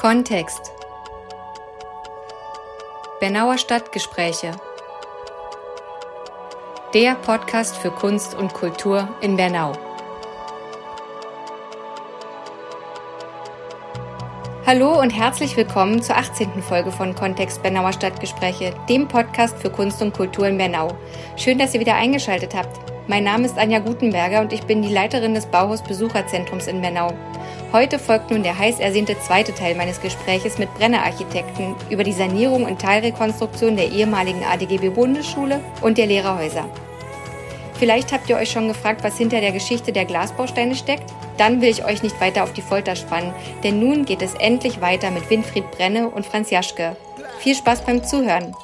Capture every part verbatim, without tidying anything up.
Kontext. Bernauer Stadtgespräche. Der Podcast für Kunst und Kultur in Bernau. Hallo und herzlich willkommen zur achtzehnten Folge von Kontext Bernauer Stadtgespräche, dem Podcast für Kunst und Kultur in Bernau. Schön, dass ihr wieder eingeschaltet habt. Mein Name ist Anja Gutenberger und ich bin die Leiterin des Bauhaus-Besucherzentrums in Bernau. Heute folgt nun der heiß ersehnte zweite Teil meines Gespräches mit Brenner Architekten über die Sanierung und Teilrekonstruktion der ehemaligen A D G B-Bundesschule und der Lehrerhäuser. Vielleicht habt ihr euch schon gefragt, was hinter der Geschichte der Glasbausteine steckt? Dann will ich euch nicht weiter auf die Folter spannen, denn nun geht es endlich weiter mit Winfried Brenne und Franz Jaschke. Viel Spaß beim Zuhören!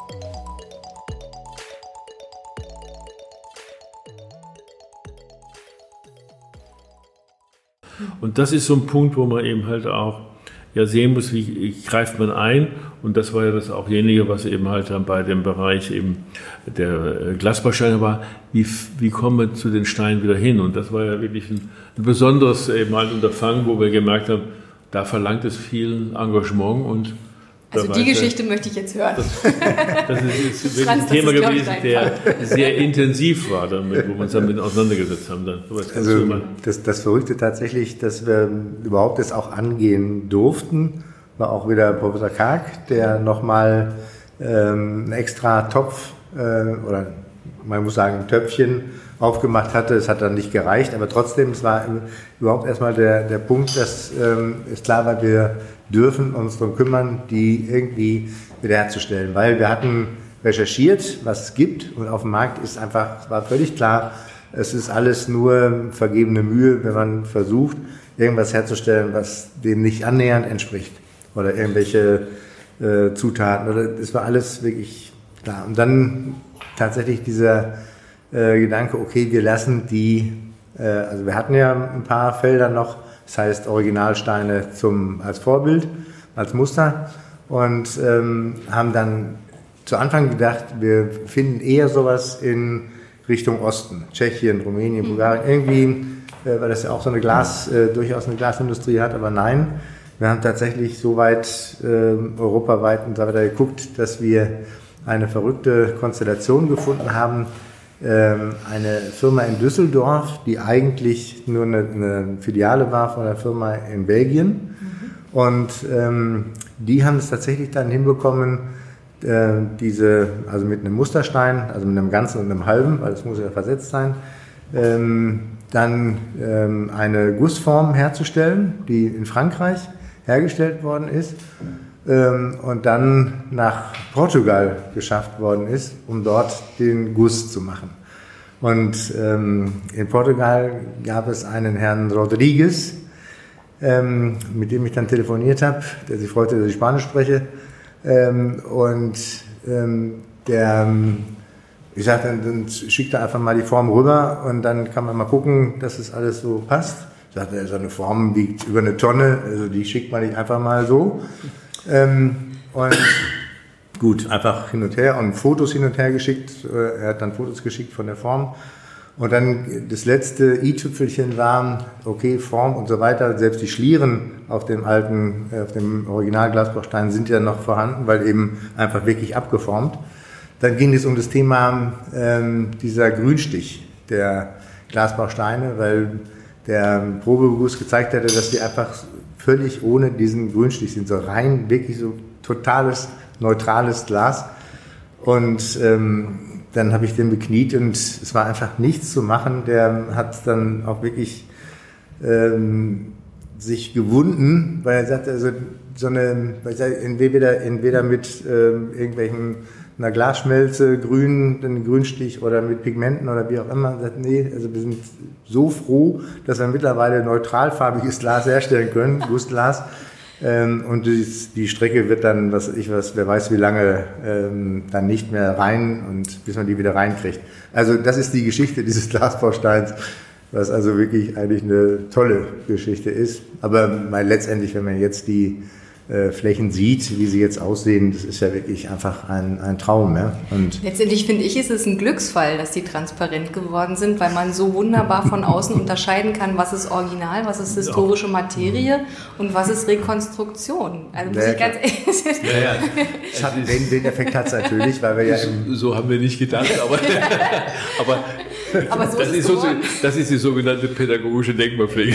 Und das ist so ein Punkt, wo man eben halt auch ja sehen muss, wie, wie greift man ein. Und das war ja das auch jenige, was eben halt dann bei dem Bereich eben der Glasbausteine war. Wie, wie kommen wir zu den Steinen wieder hin? Und das war ja wirklich ein, ein besonderes eben halt Unterfangen, wo wir gemerkt haben, da verlangt es viel Engagement und Also die Geschichte ja, möchte ich jetzt hören. Das, das ist, ist wirklich ein Thema gewesen, der sehr intensiv war, damit, wo wir uns damit auseinandergesetzt haben. Dann. Also das, das Verrückte tatsächlich, dass wir überhaupt das auch angehen durften, war auch wieder Professor Karg, der nochmal ähm, einen extra Topf äh, oder man muss sagen ein Töpfchen aufgemacht hatte. Es hat dann nicht gereicht, aber trotzdem, es war überhaupt erstmal der, der Punkt, dass ähm, es klar war, wir dürfen uns darum kümmern, die irgendwie wiederherzustellen. Weil wir hatten recherchiert, was es gibt und auf dem Markt ist einfach, es war völlig klar, es ist alles nur vergebene Mühe, wenn man versucht, irgendwas herzustellen, was dem nicht annähernd entspricht. Oder irgendwelche äh, Zutaten. Oder es war alles wirklich klar. Und dann tatsächlich dieser äh, Gedanke, okay, wir lassen die, äh, also wir hatten ja ein paar Felder noch, das heißt Originalsteine zum, als Vorbild, als Muster und ähm, haben dann zu Anfang gedacht, wir finden eher sowas in Richtung Osten, Tschechien, Rumänien, Bulgarien, irgendwie, äh, weil das ja auch so eine Glas, äh, durchaus eine Glasindustrie hat, aber nein, wir haben tatsächlich so weit äh, europaweit und so weiter geguckt, dass wir eine verrückte Konstellation gefunden haben. Eine Firma in Düsseldorf, die eigentlich nur eine, eine Filiale war von einer Firma in Belgien. Mhm. Und ähm, die haben es tatsächlich dann hinbekommen, äh, diese, also mit einem Musterstein, also mit einem ganzen und einem halben, weil es muss ja versetzt sein, ähm, dann ähm, eine Gussform herzustellen, die in Frankreich hergestellt worden ist. Und dann nach Portugal geschafft worden ist, um dort den Guss zu machen. Und ähm, in Portugal gab es einen Herrn Rodriguez, ähm, mit dem ich dann telefoniert habe, der sich freute, dass ich Spanisch spreche. Ähm, und ähm, der, ich sagte, dann, dann schickt er einfach mal die Form rüber und dann kann man mal gucken, dass es alles so passt. Ich sagte, so eine Form wiegt über eine Tonne, also die schickt man nicht einfach mal so. Ähm, und gut, einfach hin und her und Fotos hin und her geschickt. Er hat dann Fotos geschickt von der Form. Und dann das letzte i-Tüpfelchen war, okay, Form und so weiter. Selbst die Schlieren auf dem alten, auf dem Original-Glasbaustein sind ja noch vorhanden, weil eben einfach wirklich abgeformt. Dann ging es um das Thema ähm, dieser Grünstich der Glasbausteine, weil der Probeguss gezeigt hatte, dass die einfach völlig ohne diesen Grünstich sind, so rein, wirklich so totales, neutrales Glas. Und ähm, dann habe ich den bekniet und es war einfach nichts zu machen. Der hat dann auch wirklich ähm, sich gewunden, weil er sagte, also so eine, entweder, entweder mit ähm, irgendwelchen einer Glasschmelze, grün, einen Grünstich oder mit Pigmenten oder wie auch immer. Sagt, nee, also wir sind so froh, dass wir mittlerweile neutralfarbiges Glas herstellen können, Gussglas. Ähm, und die, die Strecke wird dann, was ich was, wer weiß wie lange, ähm, dann nicht mehr rein und bis man die wieder reinkriegt. Also das ist die Geschichte dieses Glasbausteins, was also wirklich eigentlich eine tolle Geschichte ist. Aber mal letztendlich, wenn man jetzt die äh, Flächen sieht, wie sie jetzt aussehen, das ist ja wirklich einfach ein, ein Traum. Ja? Und letztendlich finde ich, ist es ein Glücksfall, dass die transparent geworden sind, weil man so wunderbar von außen unterscheiden kann, was ist Original, was ist historische Materie und was ist Rekonstruktion. Also muss ja, ich ganz ehrlich ja, ja. Das hat, den, den Effekt hat es natürlich, weil wir ja im so haben wir nicht gedacht, aber, aber, aber so das, ist ist so, das ist die sogenannte pädagogische Denkmalpflege.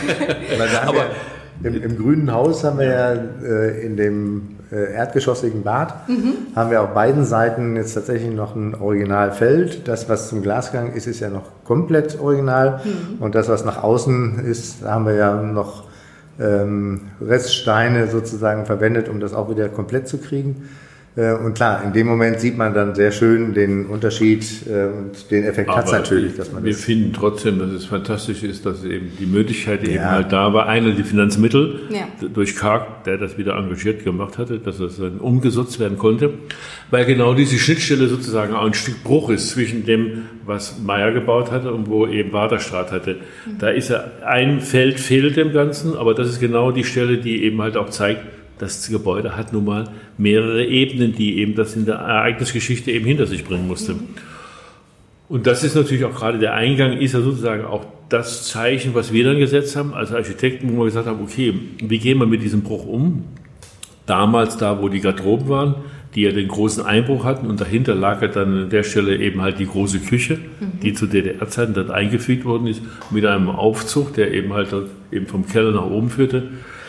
Ja. Aber Im, Im grünen Haus haben wir ja äh, in dem äh, erdgeschossigen Bad, mhm. haben wir auf beiden Seiten jetzt tatsächlich noch ein Originalfeld. Das, was zum Glasgang ist, ist ja noch komplett original. Mhm. Und das, was nach außen ist, da haben wir ja noch ähm, Reststeine sozusagen verwendet, um das auch wieder komplett zu kriegen. Und klar, in dem Moment sieht man dann sehr schön den Unterschied und den Effekt hat es natürlich. Dass man wir das finden trotzdem, dass es fantastisch ist, dass eben die Möglichkeit ja. eben halt da war. Einer, die Finanzmittel ja. durch Karg, der das wieder engagiert gemacht hatte, dass das dann umgesetzt werden konnte, weil genau diese Schnittstelle sozusagen auch ein Stück Bruch ist zwischen dem, was Meyer gebaut hatte und wo eben Waterstraat hatte. Mhm. Da ist ja ein Feld fehlt dem Ganzen, aber das ist genau die Stelle, die eben halt auch zeigt, das Gebäude hat nun mal mehrere Ebenen, die eben das in der Ereignisgeschichte eben hinter sich bringen musste. Und das ist natürlich auch gerade der Eingang, ist ja sozusagen auch das Zeichen, was wir dann gesetzt haben als Architekten, wo wir gesagt haben, okay, wie gehen wir mit diesem Bruch um? Damals da, wo die Garderoben waren, die ja den großen Einbruch hatten und dahinter lag ja dann an der Stelle eben halt die große Küche, mhm. die zu D D R-Zeiten dort eingefügt worden ist, mit einem Aufzug, der eben halt dort eben vom Keller nach oben führte.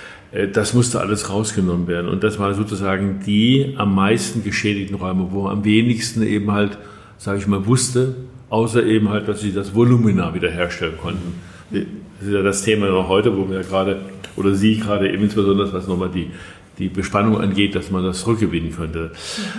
Das musste alles rausgenommen werden. Und das waren sozusagen die am meisten geschädigten Räume, wo am wenigsten eben halt, sage ich mal, wusste, außer eben halt, dass sie das Volumina wiederherstellen konnten. Das ist ja das Thema noch heute, wo wir ja gerade, oder Sie gerade eben insbesondere, was nochmal die, die Bespannung angeht, dass man das rückgewinnen könnte.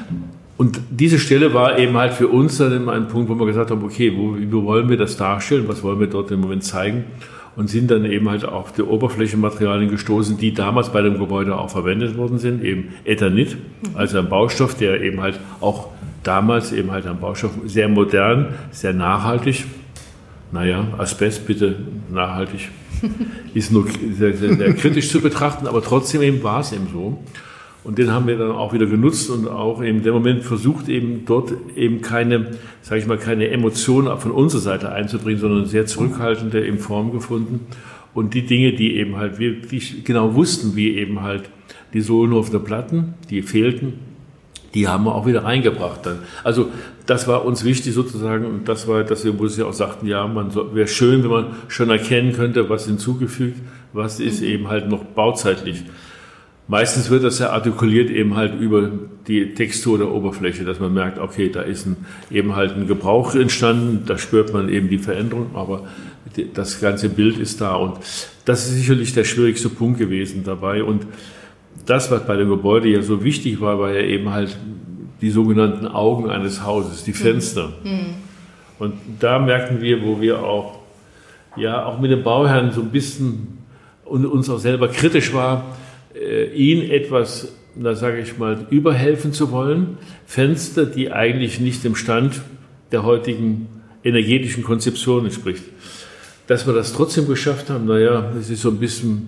Und diese Stelle war eben halt für uns dann immer ein Punkt, wo wir gesagt haben, okay, wo, wo wollen wir das darstellen, was wollen wir dort im Moment zeigen? Und sind dann eben halt auf die Oberflächenmaterialien gestoßen, die damals bei dem Gebäude auch verwendet worden sind, eben Eternit, also ein Baustoff, der eben halt auch damals eben halt ein Baustoff sehr modern, sehr nachhaltig, naja, Asbest bitte nachhaltig, ist nur sehr, sehr, sehr kritisch zu betrachten, aber trotzdem eben war es eben so. Und den haben wir dann auch wieder genutzt und auch in dem Moment versucht, eben dort eben keine, sage ich mal, keine Emotionen von unserer Seite einzubringen, sondern sehr zurückhaltende in Form gefunden. Und die Dinge, die eben halt wirklich genau wussten, wie eben halt die Sohlenhofener Platten, die fehlten, die haben wir auch wieder reingebracht dann. Also das war uns wichtig sozusagen und das war, dass wir uns ja auch sagten, ja, man wäre schön, wenn man schon erkennen könnte, was hinzugefügt, was ist eben halt noch bauzeitlich. Meistens wird das ja artikuliert eben halt über die Textur der Oberfläche, dass man merkt, okay, da ist ein, eben halt ein Gebrauch entstanden, da spürt man eben die Veränderung, aber das ganze Bild ist da und das ist sicherlich der schwierigste Punkt gewesen dabei und das, was bei dem Gebäude ja so wichtig war, war ja eben halt die sogenannten Augen eines Hauses, die Fenster. Mhm. Und da merken wir, wo wir auch, ja, auch mit dem Bauherrn so ein bisschen und uns auch selber kritisch war, ihn etwas, da sage ich mal, überhelfen zu wollen. Fenster, die eigentlich nicht dem Stand der heutigen energetischen Konzeption entspricht. Dass wir das trotzdem geschafft haben, naja, es ist so ein bisschen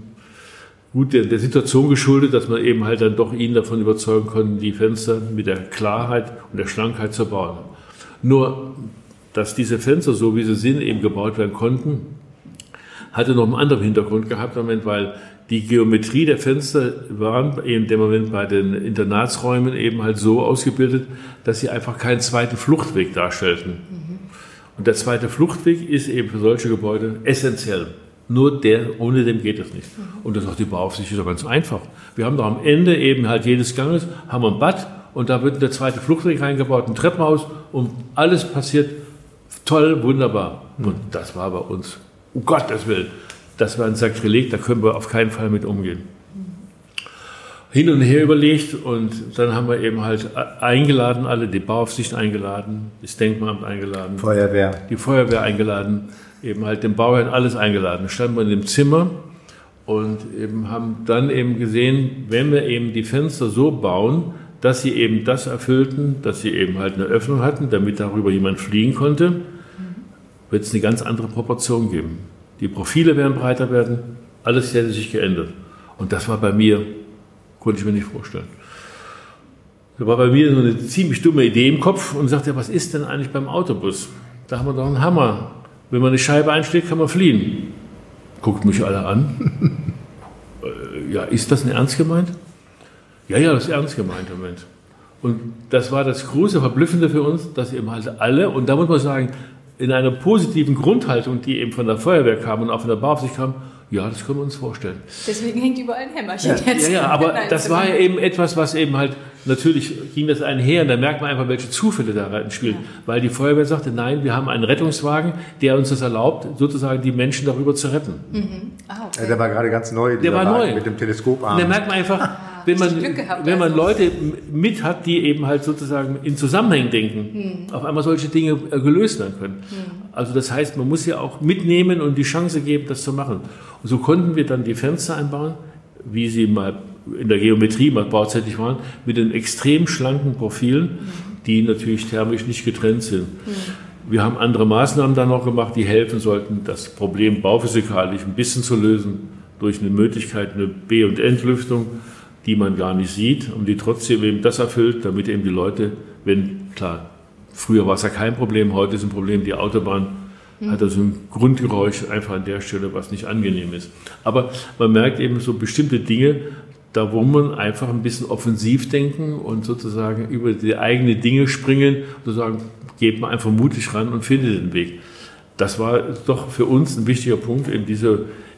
gut der, der Situation geschuldet, dass man eben halt dann doch ihn davon überzeugen konnte, die Fenster mit der Klarheit und der Schlankheit zu bauen. Nur, dass diese Fenster, so wie sie sind, eben gebaut werden konnten, hatte noch einen anderen Hintergrund gehabt, weil die Geometrie der Fenster waren in dem Moment bei den Internatsräumen eben halt so ausgebildet, dass sie einfach keinen zweiten Fluchtweg darstellten. Mhm. Und der zweite Fluchtweg ist eben für solche Gebäude essentiell. Nur der, ohne dem geht es nicht. Mhm. Und das ist auch die Bauaufsicht ist doch ganz einfach. Wir haben doch am Ende eben halt jedes Ganges, haben wir ein Bad und da wird der zweite Fluchtweg reingebaut, ein Treppenhaus und alles passiert toll, wunderbar. Mhm. Und das war bei uns, um Gottes Willen, das war ein Sakrileg, da können wir auf keinen Fall mit umgehen. Hin und her überlegt und dann haben wir eben halt eingeladen, alle, die Bauaufsicht eingeladen, das Denkmalamt eingeladen, Feuerwehr. die Feuerwehr eingeladen, eben halt den Bauherrn, alles eingeladen. Standen wir in dem Zimmer und eben haben dann eben gesehen, wenn wir eben die Fenster so bauen, dass sie eben das erfüllten, dass sie eben halt eine Öffnung hatten, damit darüber jemand fliegen konnte, wird es eine ganz andere Proportion geben. Die Profile werden breiter werden, alles hätte sich geändert. Und das war bei mir Konnte ich mir nicht vorstellen. Da war bei mir so eine ziemlich dumme Idee im Kopf und sagte, was ist denn eigentlich beim Autobus? Da haben wir doch einen Hammer. Wenn man eine Scheibe einschlägt, kann man fliehen. Guckt mich alle an. äh, ja, ist das denn ernst gemeint? Ja, ja, das ist ernst gemeint, Moment. Und das war das große Verblüffende für uns, dass eben halt alle, und da muss man sagen, in einer positiven Grundhaltung, die eben von der Feuerwehr kam und auch von der Bauaufsicht kam, ja, das können wir uns vorstellen. Deswegen hängt überall ein Hämmerchen ja, jetzt. Ja, ja, aber das war ja eben etwas, was eben halt, natürlich ging das einher und da merkt man einfach, welche Zufälle da reinspielen. Ja. Weil die Feuerwehr sagte, nein, wir haben einen Rettungswagen, der uns das erlaubt, sozusagen die Menschen darüber zu retten. Mhm. Ah, okay. Ja, der war gerade ganz neu, der war Wagen neu. Mit dem Teleskoparm. Und da merkt man einfach, wenn man, gehabt, wenn man also. Leute mit hat, die eben halt sozusagen in Zusammenhängen denken, hm. auf einmal solche Dinge gelöst werden können. Hm. Also das heißt, man muss ja auch mitnehmen und die Chance geben, das zu machen. Und so konnten wir dann die Fenster einbauen, wie sie mal in der Geometrie mal bauzeitig waren, mit den extrem schlanken Profilen, hm. die natürlich thermisch nicht getrennt sind. Hm. Wir haben andere Maßnahmen dann noch gemacht, die helfen sollten, das Problem bauphysikalisch ein bisschen zu lösen, durch eine Möglichkeit, eine B- und Entlüftung, die man gar nicht sieht und die trotzdem eben das erfüllt, damit eben die Leute, wenn, klar, früher war es ja kein Problem, heute ist ein Problem, die Autobahn mhm. hat also ein Grundgeräusch einfach an der Stelle, was nicht angenehm ist. Aber man merkt eben so bestimmte Dinge, da wo man einfach ein bisschen offensiv denken und sozusagen über die eigenen Dinge springen und sagen, geht man einfach mutig ran und findet den Weg. Das war doch für uns ein wichtiger Punkt, eben dieser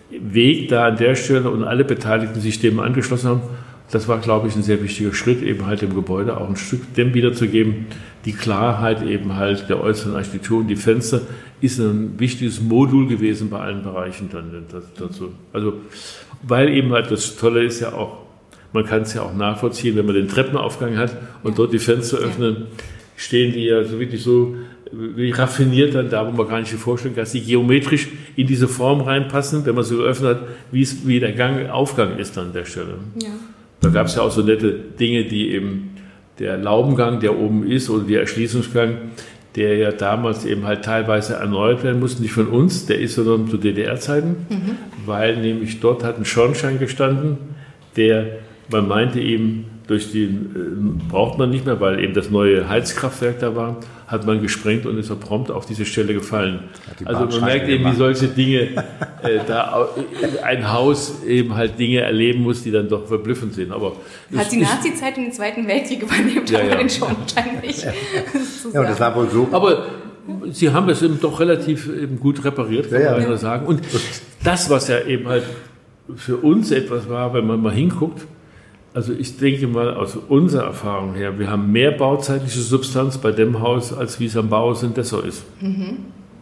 Weg da an der Stelle und alle Beteiligten sich dem angeschlossen haben. Das war, glaube ich, ein sehr wichtiger Schritt, eben halt dem Gebäude auch ein Stück dem wiederzugeben. Die Klarheit eben halt der äußeren Architektur und die Fenster ist ein wichtiges Modul gewesen bei allen Bereichen dann dazu. Also, weil eben halt das Tolle ist ja auch, man kann es ja auch nachvollziehen, wenn man den Treppenaufgang hat und dort die Fenster öffnen, stehen die ja so wirklich so wie raffiniert dann da, wo man gar nicht vorstellen kann, dass die geometrisch in diese Form reinpassen, wenn man so geöffnet hat, wie es, wie der Gang, Aufgang ist an der Stelle. Ja. Da gab es ja auch so nette Dinge, die eben der Laubengang, der oben ist, oder der Erschließungsgang, der ja damals eben halt teilweise erneuert werden musste, nicht von uns, der ist sondern zu D D R-Zeiten, mhm. weil nämlich dort hat ein Schornstein gestanden, der, man meinte eben, durch den äh, braucht man nicht mehr, weil eben das neue Heizkraftwerk da war, hat man gesprengt und ist er prompt auf diese Stelle gefallen. Also man merkt eben, wie solche Dinge, äh, da ein Haus eben halt Dinge erleben muss, die dann doch verblüffend sind. Aber hat die Nazi-Zeit in den Zweiten Weltkrieg überlebt, ja, aber ja. den Schornstein nicht. Ja, ja und das war wohl so. Aber Sie haben es eben doch relativ eben gut repariert, kann ja, man ja. sagen. Und das, was ja eben halt für uns etwas war, wenn man mal hinguckt, also ich denke mal aus unserer Erfahrung her, wir haben mehr bauzeitliche Substanz bei dem Haus, als wie es am Bauhaus in Dessau ist. Mhm.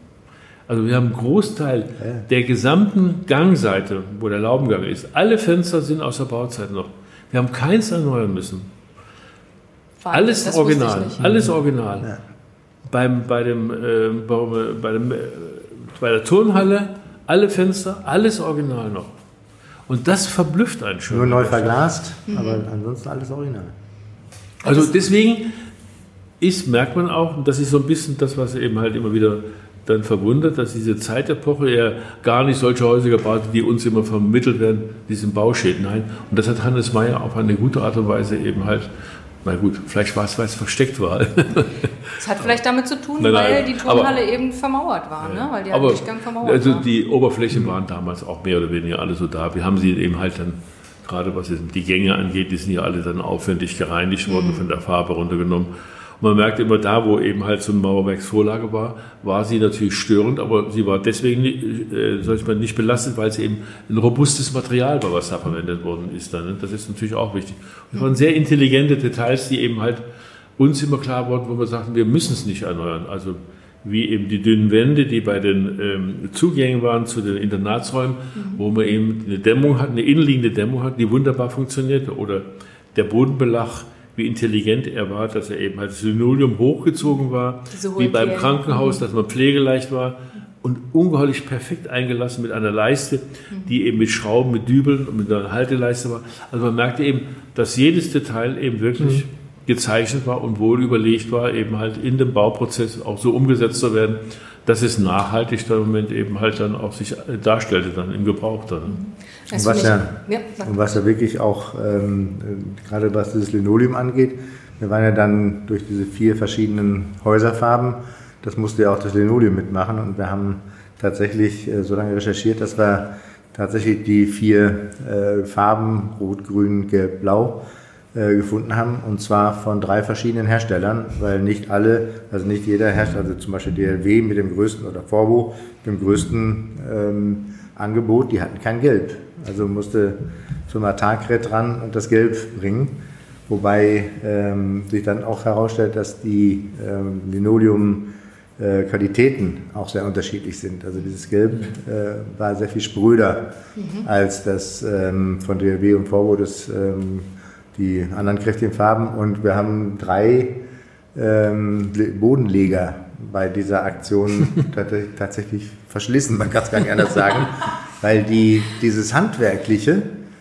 Also wir haben einen Großteil ja. der gesamten Gangseite, wo der Laubengang ist. Alle Fenster sind aus der Bauzeit noch. Wir haben keins erneuern müssen. Wahnsinn, alles original, alles original. Ja. Beim, bei, dem, äh, bei, dem, äh, bei der Turnhalle, alle Fenster, alles original noch. Und das verblüfft einen schon. Nur neu verglast, mhm. aber ansonsten alles original. Also deswegen ist, merkt man auch, und das ist so ein bisschen das, was eben halt immer wieder dann verwundert, dass diese Zeitepoche ja gar nicht solche Häuser gebaut hat, die uns immer vermittelt werden, diesen Bauschäden. Nein. Und das hat Hannes Meyer auf eine gute Art und Weise eben halt, na gut, vielleicht war es, weil es versteckt war. Das hat vielleicht damit zu tun, nein, nein, weil die Turnhalle aber, eben vermauert war, ja, ne? Weil die aber, Durchgang vermauert also war. Also die Oberflächen waren damals auch mehr oder weniger alle so da. Wir haben sie eben halt dann, gerade was die Gänge angeht, die sind ja alle dann aufwendig gereinigt worden, mhm. von der Farbe runtergenommen. Und man merkt immer da, wo eben halt so eine Mauerwerksvorlage war, war sie natürlich störend, aber sie war deswegen, äh, sag ich mal, nicht belastet, weil sie eben ein robustes Material war, was da verwendet worden ist. Dann, ne? Das ist natürlich auch wichtig. Und es waren sehr intelligente Details, die eben halt uns immer klar wurden, wo wir sagten, wir müssen es nicht erneuern. Also wie eben die dünnen Wände, die bei den ähm, Zugängen waren zu den Internatsräumen, mhm. wo man eben eine Dämmung hat, eine innenliegende Dämmung hat, die wunderbar funktionierte. Oder der Bodenbelag, wie intelligent er war, dass er eben halt das Linoleum hochgezogen war, wie beim Pflege. Krankenhaus, dass man pflegeleicht war und ungeheuerlich perfekt eingelassen mit einer Leiste, die eben mit Schrauben, mit Dübeln und mit einer Halteleiste war. Also man merkte eben, dass jedes Detail eben wirklich mhm. gezeichnet war und wohl überlegt war, eben halt in dem Bauprozess auch so umgesetzt zu werden, dass es nachhaltig im Moment eben halt dann auch sich darstellte dann im Gebrauch dann. Und was, ja, ja, und was ja wirklich auch, ähm, gerade was das Linoleum angeht, wir waren ja dann durch diese vier verschiedenen Häuserfarben, das musste ja auch das Linoleum mitmachen und wir haben tatsächlich äh, so lange recherchiert, dass wir tatsächlich die vier äh, Farben, Rot, Grün, Gelb, Blau, äh, gefunden haben und zwar von drei verschiedenen Herstellern, weil nicht alle, also nicht jeder Hersteller, also zum Beispiel D L W mit dem größten oder Vorwo mit dem größten ähm, Angebot, die hatten kein Gelb. Also musste Firma Tagret ran und das Gelb bringen. Wobei ähm, sich dann auch herausstellt, dass die ähm, Linoleum-Qualitäten äh, auch sehr unterschiedlich sind. Also dieses Gelb äh, war sehr viel spröder mhm. als das ähm, von D L W und Vorwo, das, ähm, die anderen kräftigen Farben. Und wir haben drei ähm, Bodenleger bei dieser Aktion tatsächlich verschlissen, man kann es gar nicht anders sagen, weil die dieses Handwerkliche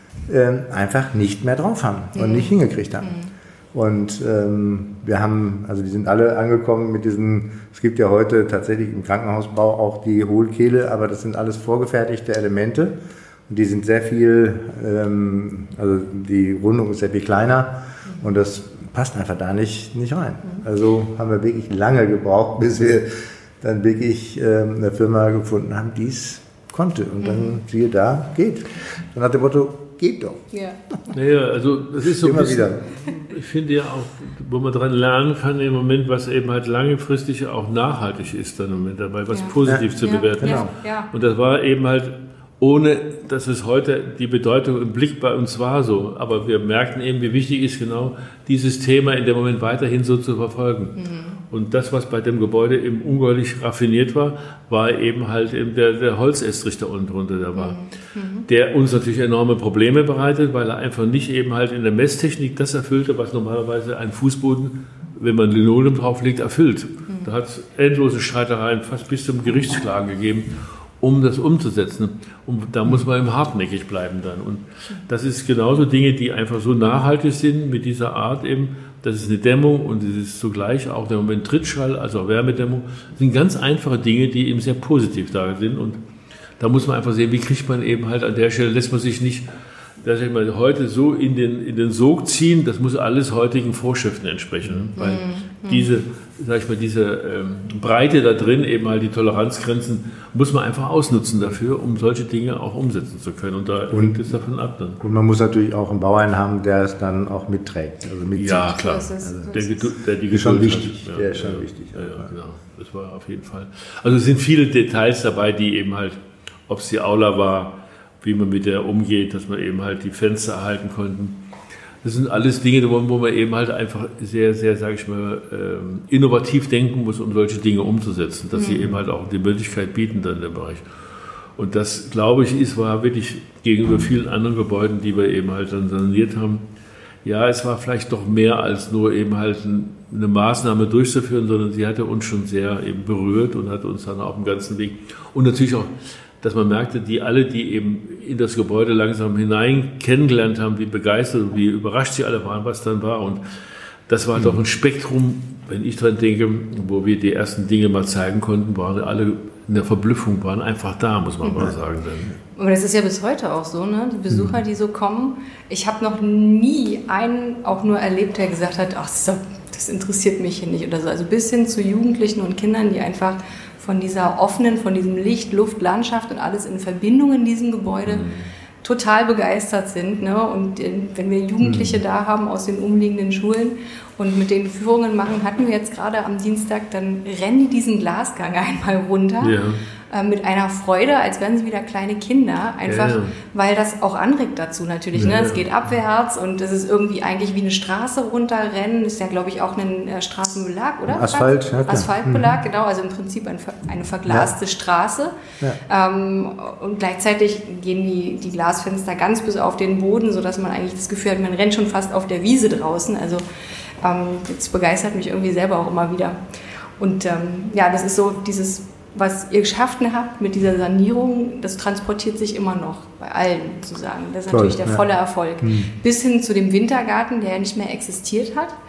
äh, einfach nicht mehr drauf haben und mhm. nicht hingekriegt haben. Mhm. Und ähm, wir haben, also die sind alle angekommen mit diesen, es gibt ja heute tatsächlich im Krankenhausbau auch die Hohlkehle, aber das sind alles vorgefertigte Elemente und die sind sehr viel, ähm, also die Rundung ist sehr viel kleiner mhm. und das passt einfach da nicht, nicht rein. Also haben wir wirklich lange gebraucht, bis wir dann wirklich ähm, eine Firma gefunden haben, die es konnte. Und dann, mhm. siehe da, geht. Dann hat der Motto, geht doch. Ja. Naja, also das ist so immer ein bisschen, wieder. Ich finde ja auch, wo man dran lernen kann im Moment, was eben halt langfristig auch nachhaltig ist dann im Moment dabei, was ja. positiv ja. zu bewerten ja. ist. Genau. Ja. Und das war eben halt, ohne dass es heute die Bedeutung im Blick bei uns war so. Aber wir merkten eben, wie wichtig ist genau dieses Thema in dem Moment weiterhin so zu verfolgen. Mhm. Und das, was bei dem Gebäude eben ungeheuerlich raffiniert war, war eben halt eben der, der Holzestrich da unten drunter da war. Mhm. Der uns natürlich enorme Probleme bereitet, weil er einfach nicht eben halt in der Messtechnik das erfüllte, was normalerweise ein Fußboden, wenn man Linoleum drauflegt, erfüllt. Mhm. Da hat es endlose Streitereien fast bis zum Gerichtsklagen gegeben, um das umzusetzen. Und da muss man eben hartnäckig bleiben dann. Und das ist genauso Dinge, die einfach so nachhaltig sind mit dieser Art eben. Das ist eine Dämmung und es ist zugleich auch der Moment Trittschall, also auch Wärmedämmung. Das sind ganz einfache Dinge, die eben sehr positiv da sind. Und da muss man einfach sehen, wie kriegt man eben halt an der Stelle, lässt man sich nicht, dass ich mal heute so in den, in den Sog ziehen, das muss alles heutigen Vorschriften entsprechen. Mhm. Weil mhm. diese, sag ich mal, diese ähm, Breite da drin, eben halt die Toleranzgrenzen, muss man einfach ausnutzen dafür, um solche Dinge auch umsetzen zu können. Und da hängt es davon ab dann. Und man muss natürlich auch einen Bauern haben, der es dann auch mitträgt. Also mitzieht. Ja, klar. Das ist, also der, der die ist schon Geduld wichtig. hat. Der Ja, ist schon ja, wichtig. Ja, ja, genau. Das war auf jeden Fall. Also es sind viele Details dabei, die eben halt, ob es die Aula war, wie man mit der umgeht, dass man eben halt die Fenster erhalten konnten. Das sind alles Dinge, wo man eben halt einfach sehr, sehr, sage ich mal, innovativ denken muss, um solche Dinge umzusetzen, dass mhm. sie eben halt auch die Möglichkeit bieten dann in dem Bereich. Und das, glaube ich, ist, war wirklich gegenüber vielen anderen Gebäuden, die wir eben halt dann saniert haben, ja, es war vielleicht doch mehr als nur eben halt eine Maßnahme durchzuführen, sondern sie hatte uns schon sehr eben berührt und hat uns dann auf dem ganzen Weg und natürlich auch, dass man merkte, die alle, die eben in das Gebäude langsam hinein kennengelernt haben, wie begeistert und wie überrascht sie alle waren, was dann war. Und das war mhm. doch ein Spektrum, wenn ich dran denke, wo wir die ersten Dinge mal zeigen konnten, waren alle in der Verblüffung, waren einfach da, muss man mhm. mal sagen. Aber das ist ja bis heute auch so, ne? Die Besucher, die so kommen. Ich habe noch nie einen auch nur erlebt, der gesagt hat, ach, das interessiert mich hier nicht oder so. Also bis hin zu Jugendlichen und Kindern, die einfach von dieser offenen, von diesem Licht, Luft, Landschaft und alles in Verbindung in diesem Gebäude mhm. total begeistert sind. Ne? Und wenn wir Jugendliche mhm. da haben aus den umliegenden Schulen und mit denen Führungen machen, hatten wir jetzt gerade am Dienstag, dann rennen die diesen Glasgang einmal runter. Ja. Mit einer Freude, als wären sie wieder kleine Kinder, einfach, ja, ja. weil das auch anregt dazu natürlich. Ja, ne? Es geht abwärts und es ist irgendwie eigentlich wie eine Straße runterrennen. Ist ja, glaube ich, auch ein äh, Straßenbelag, oder? Asphalt. Ja, Asphaltbelag, mhm. genau. Also im Prinzip ein, eine verglaste ja. Straße. Ja. Ähm, und gleichzeitig gehen die, die Glasfenster ganz bis auf den Boden, sodass man eigentlich das Gefühl hat, man rennt schon fast auf der Wiese draußen. Also ähm, das begeistert mich irgendwie selber auch immer wieder. Und ähm, ja, das ist so dieses... Was ihr geschafft habt mit dieser Sanierung, das transportiert sich immer noch bei allen sozusagen. Das ist Toll, natürlich der ja. volle Erfolg. Mhm. Bis hin zu dem Wintergarten, der ja nicht mehr existiert hat.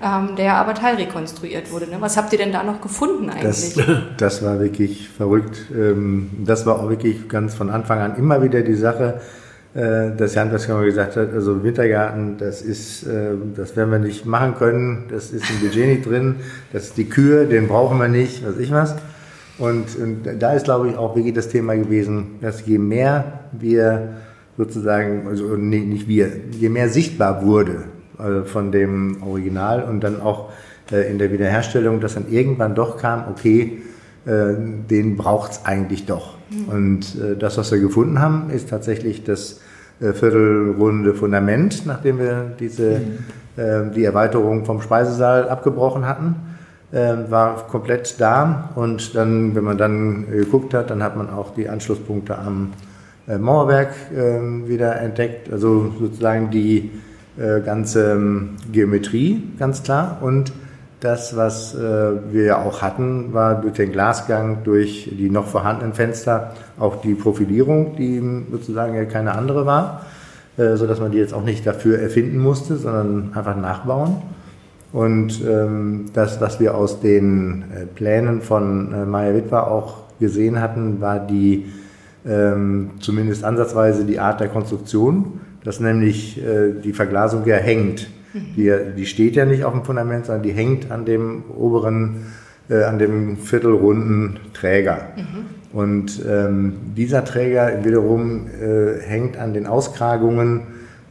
ähm, der aber teilrekonstruiert wurde. Ne? Was habt ihr denn da noch gefunden eigentlich? Das, das war wirklich verrückt. Das war auch wirklich ganz von Anfang an immer wieder die Sache, dass die Handwerkskammer gesagt hat, also Wintergarten, das ist, das werden wir nicht machen können, das ist im Budget nicht drin, das ist die Kür, den brauchen wir nicht, weiß ich was. Und, und da ist, glaube ich, auch wirklich das Thema gewesen, dass je mehr wir sozusagen, also nee, nicht wir, je mehr sichtbar wurde also von dem Original und dann auch äh, in der Wiederherstellung, dass dann irgendwann doch kam, okay, äh, den braucht's eigentlich doch. Mhm. Und äh, das, was wir gefunden haben, ist tatsächlich das äh, viertelrunde Fundament, nachdem wir diese, mhm. äh, die Erweiterung vom Speisesaal abgebrochen hatten. War komplett da und dann, wenn man dann geguckt hat, dann hat man auch die Anschlusspunkte am Mauerwerk wieder entdeckt, also sozusagen die ganze Geometrie, ganz klar. Und das, was wir ja auch hatten, war durch den Glasgang, durch die noch vorhandenen Fenster auch die Profilierung, die sozusagen ja keine andere war, sodass man die jetzt auch nicht dafür erfinden musste, sondern einfach nachbauen. Und ähm, das, was wir aus den äh, Plänen von äh, Meyer-Witwer auch gesehen hatten, war die ähm, zumindest ansatzweise die Art der Konstruktion, dass nämlich äh, die Verglasung ja hängt. Mhm. Die, die steht ja nicht auf dem Fundament, sondern die hängt an dem oberen, äh, an dem viertelrunden Träger. Mhm. Und ähm, dieser Träger wiederum äh, hängt an den Auskragungen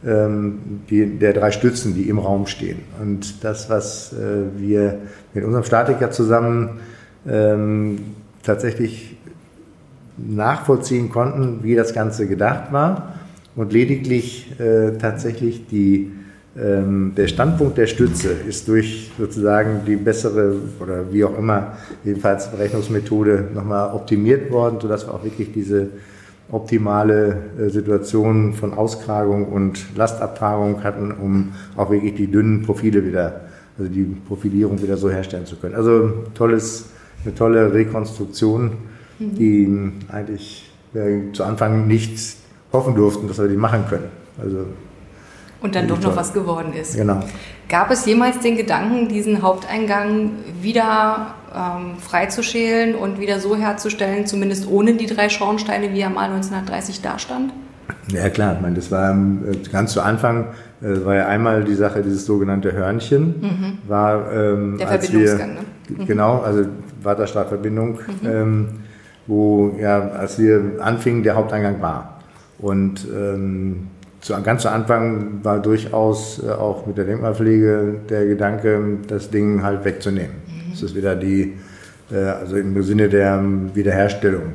Die, der drei Stützen, die im Raum stehen. Und das, was äh, wir mit unserem Statiker zusammen ähm, tatsächlich nachvollziehen konnten, wie das Ganze gedacht war und lediglich äh, tatsächlich die, ähm, der Standpunkt der Stütze ist durch sozusagen die bessere oder wie auch immer, jedenfalls Berechnungsmethode nochmal optimiert worden, sodass wir auch wirklich diese optimale Situation von Auskragung und Lastabtragung hatten, um auch wirklich die dünnen Profile wieder, also die Profilierung wieder so herstellen zu können. Also tolles, eine tolle Rekonstruktion, mhm. die eigentlich wir zu Anfang nicht hoffen durften, dass wir die machen können. Also und dann doch noch toll. Was geworden ist. Genau. Gab es jemals den Gedanken, diesen Haupteingang wieder ähm, freizuschälen und wieder so herzustellen, zumindest ohne die drei Schornsteine, wie er mal neunzehnhundertdreißig dastand? Ja klar, ich meine, das war ganz zu Anfang, äh, war ja einmal die Sache, dieses sogenannte Hörnchen, mhm. war ähm, der als Verbindungsgang, wir, ne? Genau, also Wasserstrahlverbindung, mhm. ähm, wo ja, als wir anfingen, der Haupteingang war. Und ähm, Zu, ganz zu Anfang war durchaus äh, auch mit der Denkmalpflege der Gedanke, das Ding halt wegzunehmen. Mhm. Das ist wieder die, äh, also im Sinne der Wiederherstellung.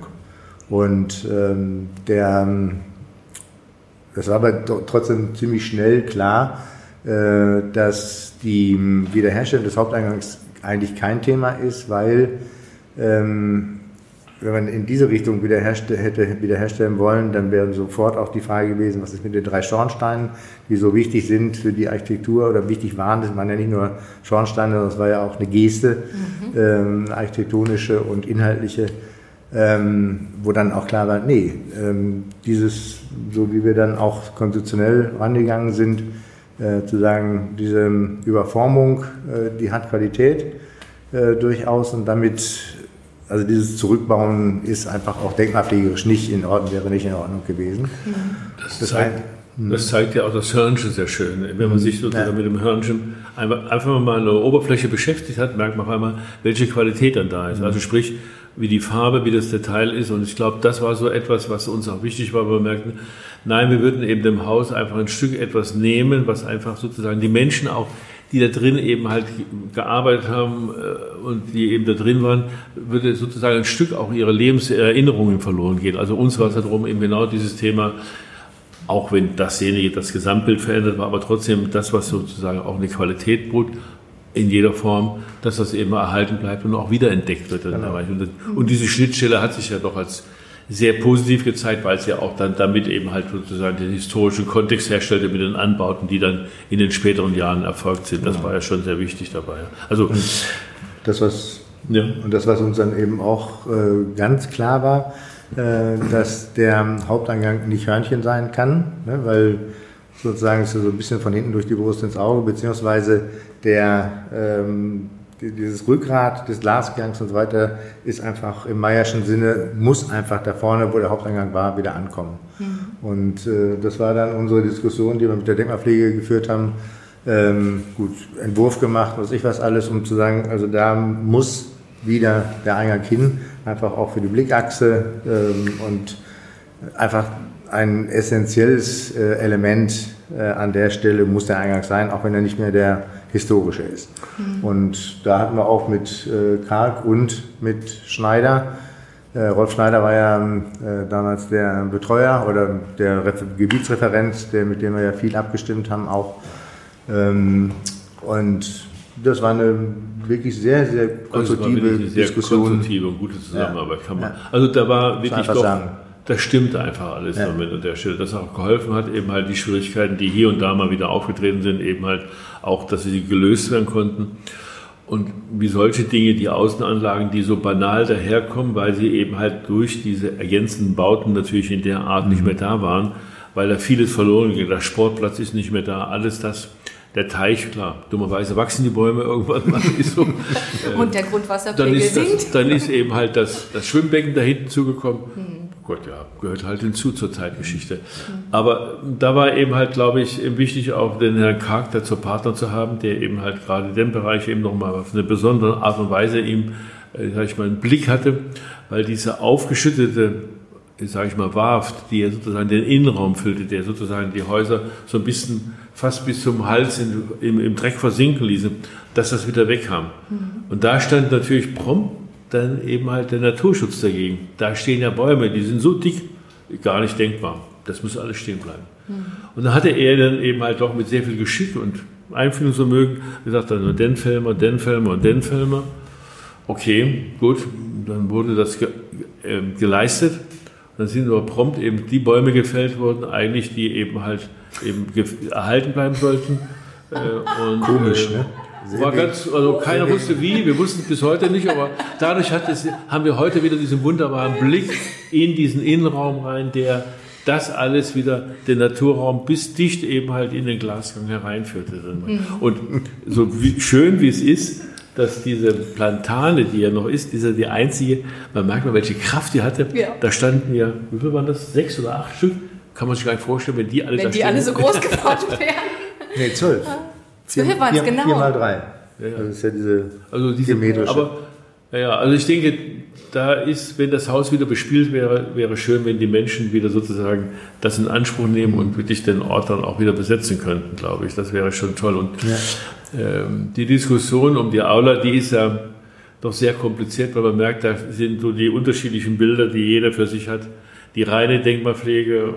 Und ähm, der, das war aber trotzdem ziemlich schnell klar, äh, dass die Wiederherstellung des Haupteingangs eigentlich kein Thema ist, weil ähm, wenn man in diese Richtung wiederherstell, hätte wiederherstellen wollen, dann wäre sofort auch die Frage gewesen, was ist mit den drei Schornsteinen, die so wichtig sind für die Architektur oder wichtig waren. Das waren ja nicht nur Schornsteine, sondern das war ja auch eine Geste, mhm. ähm, architektonische und inhaltliche, ähm, wo dann auch klar war, nee, ähm, dieses, so wie wir dann auch konzeptionell rangegangen sind, äh, zu sagen, diese Überformung, äh, die hat Qualität äh, durchaus und damit Also dieses Zurückbauen ist einfach auch denkmalpflegerisch nicht in Ordnung, wäre nicht in Ordnung gewesen. Das, das, zeigt, das zeigt ja auch das Hörnchen sehr schön. Wenn man sich sozusagen ja. mit dem Hörnchen einfach, einfach mal eine Oberfläche beschäftigt hat, merkt man auf einmal, welche Qualität dann da ist. Also sprich, wie die Farbe, wie das Detail ist. Und ich glaube, das war so etwas, was uns auch wichtig war, weil wir merkten, nein, wir würden eben dem Haus einfach ein Stück etwas nehmen, was einfach sozusagen die Menschen auch, die da drin eben halt gearbeitet haben und die eben da drin waren, würde sozusagen ein Stück auch ihrer Lebenserinnerungen verloren gehen. Also uns war es darum, eben genau dieses Thema, auch wenn dasjenige das Gesamtbild verändert war, aber trotzdem das, was sozusagen auch eine Qualität bot, in jeder Form, dass das eben erhalten bleibt und auch wiederentdeckt wird. Genau. Und diese Schnittstelle hat sich ja doch als sehr positiv gezeigt, weil es ja auch dann damit eben halt sozusagen den historischen Kontext herstellte mit den Anbauten, die dann in den späteren Jahren erfolgt sind. Das ja. war ja schon sehr wichtig dabei. Also und das, was, ja. und das, was uns dann eben auch äh, ganz klar war, äh, dass der Haupteingang nicht Hörnchen sein kann, ne, weil sozusagen so ein bisschen von hinten durch die Brust ins Auge, beziehungsweise der, ähm, dieses Rückgrat des Glasgangs und so weiter ist einfach im Mayer'schen Sinne, muss einfach da vorne, wo der Haupteingang war, wieder ankommen. Mhm. Und äh, das war dann unsere Diskussion, die wir mit der Denkmalpflege geführt haben. Ähm, gut, Entwurf gemacht, was ich was alles, um zu sagen, also da muss wieder der Eingang hin, einfach auch für die Blickachse ähm, und einfach ein essentielles äh, Element äh, an der Stelle muss der Eingang sein, auch wenn er nicht mehr der historische ist. Mhm. Und da hatten wir auch mit äh, Karg und mit Schneider, äh, Rolf Schneider war ja äh, damals der Betreuer oder der Re- Gebietsreferent, der, mit dem wir ja viel abgestimmt haben auch. Ähm, und das war eine wirklich sehr, sehr konstruktive also sehr Diskussion. Konstruktive und gute Zusammenarbeit. Ja. Kann man. Ja. Also da war wirklich doch, sagen. Das stimmt einfach alles ja. damit an der Stelle. Das auch geholfen hat, eben halt die Schwierigkeiten, die hier und da mal wieder aufgetreten sind, eben halt auch, dass sie gelöst werden konnten. Und wie solche Dinge, die Außenanlagen, die so banal daherkommen, weil sie eben halt durch diese ergänzenden Bauten natürlich in der Art nicht mehr da waren, weil da vieles verloren ging. Der Sportplatz ist nicht mehr da, alles das. Der Teich, klar, dummerweise wachsen die Bäume irgendwann mal nicht so. Und der Grundwasserpegel sinkt. Dann ist eben halt das, das Schwimmbecken da hinten zugekommen. Hm. Gott, ja, gehört halt hinzu zur Zeitgeschichte. Hm. Aber da war eben halt, glaube ich, wichtig auch den Herrn Karg dazu Partner zu haben, der eben halt gerade den Bereich eben nochmal auf eine besondere Art und Weise ihm, sag ich mal, einen Blick hatte, weil diese aufgeschüttete, sage ich mal, Warft, die ja sozusagen den Innenraum füllte, der sozusagen die Häuser so ein bisschen fast bis zum Hals in, im, im Dreck versinken ließen, dass das wieder wegkam. Mhm. Und da stand natürlich prompt dann eben halt der Naturschutz dagegen. Da stehen ja Bäume, die sind so dick, gar nicht denkbar. Das muss alles stehen bleiben. Mhm. Und da hatte er dann eben halt doch mit sehr viel Geschick und Einfühlungsvermögen gesagt, dann den Felmer, den Felmer und den Felmer. Okay, gut, dann wurde das ge- äh, geleistet. Dann sind aber prompt eben die Bäume gefällt worden, eigentlich die eben halt eben ge- erhalten bleiben sollten. Äh, und, Komisch, äh, ne? War ganz, also keiner wusste wie, wir wussten es bis heute nicht, aber dadurch hat es, haben wir heute wieder diesen wunderbaren Blick in diesen Innenraum rein, der das alles wieder, den Naturraum bis dicht eben halt in den Glasgang hereinführte. Mhm. Und so wie, schön wie es ist, dass diese Plantane, die ja noch ist, diese die einzige, man merkt mal, welche Kraft die hatte. Ja. Da standen ja, wie viel waren das? Sechs oder acht Stück? Kann man sich gar nicht vorstellen, wenn die alle wenn da die alle so groß gebaut wären. Nee, zwölf. Zwölf waren es genau. Vier mal drei. Ja, ja. Das ist ja diese, also diese geometrische. Aber, ja, also ich denke, da ist, wenn das Haus wieder bespielt wäre, wäre schön, wenn die Menschen wieder sozusagen das in Anspruch nehmen und wirklich den Ort dann auch wieder besetzen könnten, glaube ich. Das wäre schon toll. Und ja. ähm, die Diskussion um die Aula, die ist ja doch sehr kompliziert, weil man merkt, da sind so die unterschiedlichen Bilder, die jeder für sich hat. Die reine Denkmalpflege,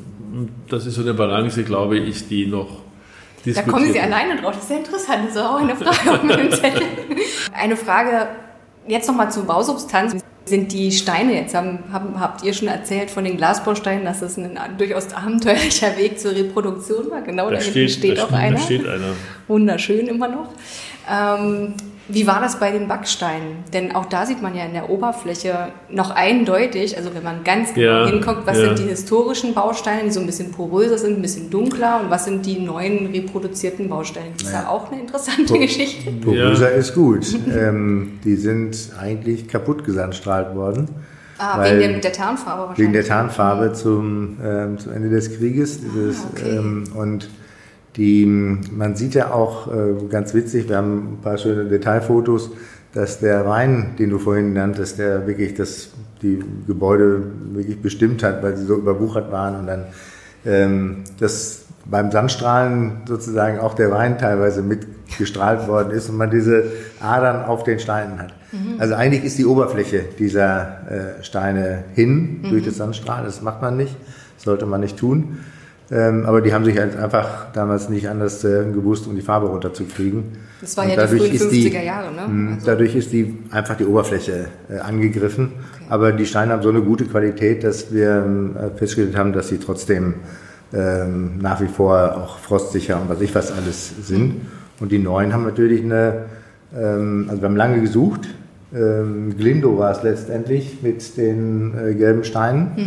das ist so eine Balance, glaube ich, die noch da kommen Sie alleine drauf, das ist sehr interessant, das ist auch eine Frage auf meinem Zettel. Eine Frage jetzt nochmal zur Bausubstanz. Sind die Steine jetzt, haben, haben, habt ihr schon erzählt von den Glasbausteinen, dass das ein durchaus abenteuerlicher Weg zur Reproduktion war? Genau, da, da hinten steht, steht auch einer. Da steht einer. Wunderschön immer noch. Ähm, wie war das bei den Backsteinen? Denn auch da sieht man ja in der Oberfläche noch eindeutig, also wenn man ganz genau ja, hinguckt, was ja. sind die historischen Bausteine, die so ein bisschen poröser sind, ein bisschen dunkler, und was sind die neuen reproduzierten Bausteine? Das ist ja auch eine interessante po- Geschichte. Poröser ja. ist gut. ähm, die sind eigentlich kaputt gesandstrahlt worden. Ah, wegen der, der Tarnfarbe wahrscheinlich. Wegen der Tarnfarbe zum, ähm, zum Ende des Krieges. Dieses, ah, okay. ähm, und Die, man sieht ja auch, äh, ganz witzig, wir haben ein paar schöne Detailfotos, dass der Wein, den du vorhin nanntest, der wirklich das, die Gebäude wirklich bestimmt hat, weil sie so überwuchert waren, und dann ähm, dass beim Sandstrahlen sozusagen auch der Wein teilweise mitgestrahlt worden ist und man diese Adern auf den Steinen hat. Mhm. Also eigentlich ist die Oberfläche dieser äh, Steine hin mhm. durch das Sandstrahlen, das macht man nicht, sollte man nicht tun. Ähm, aber die haben sich halt einfach damals nicht anders äh, gewusst, um die Farbe runterzukriegen. Das war und ja die frühen fünfziger Jahre, ne? Mh, also. Dadurch ist die einfach die Oberfläche äh, angegriffen. Okay. Aber die Steine haben so eine gute Qualität, dass wir äh, festgestellt haben, dass sie trotzdem ähm, nach wie vor auch frostsicher und was ich was alles sind. Mhm. Und die neuen haben natürlich eine, ähm, also wir haben lange gesucht. Ähm, Glindo war es letztendlich mit den äh, gelben Steinen. Mhm.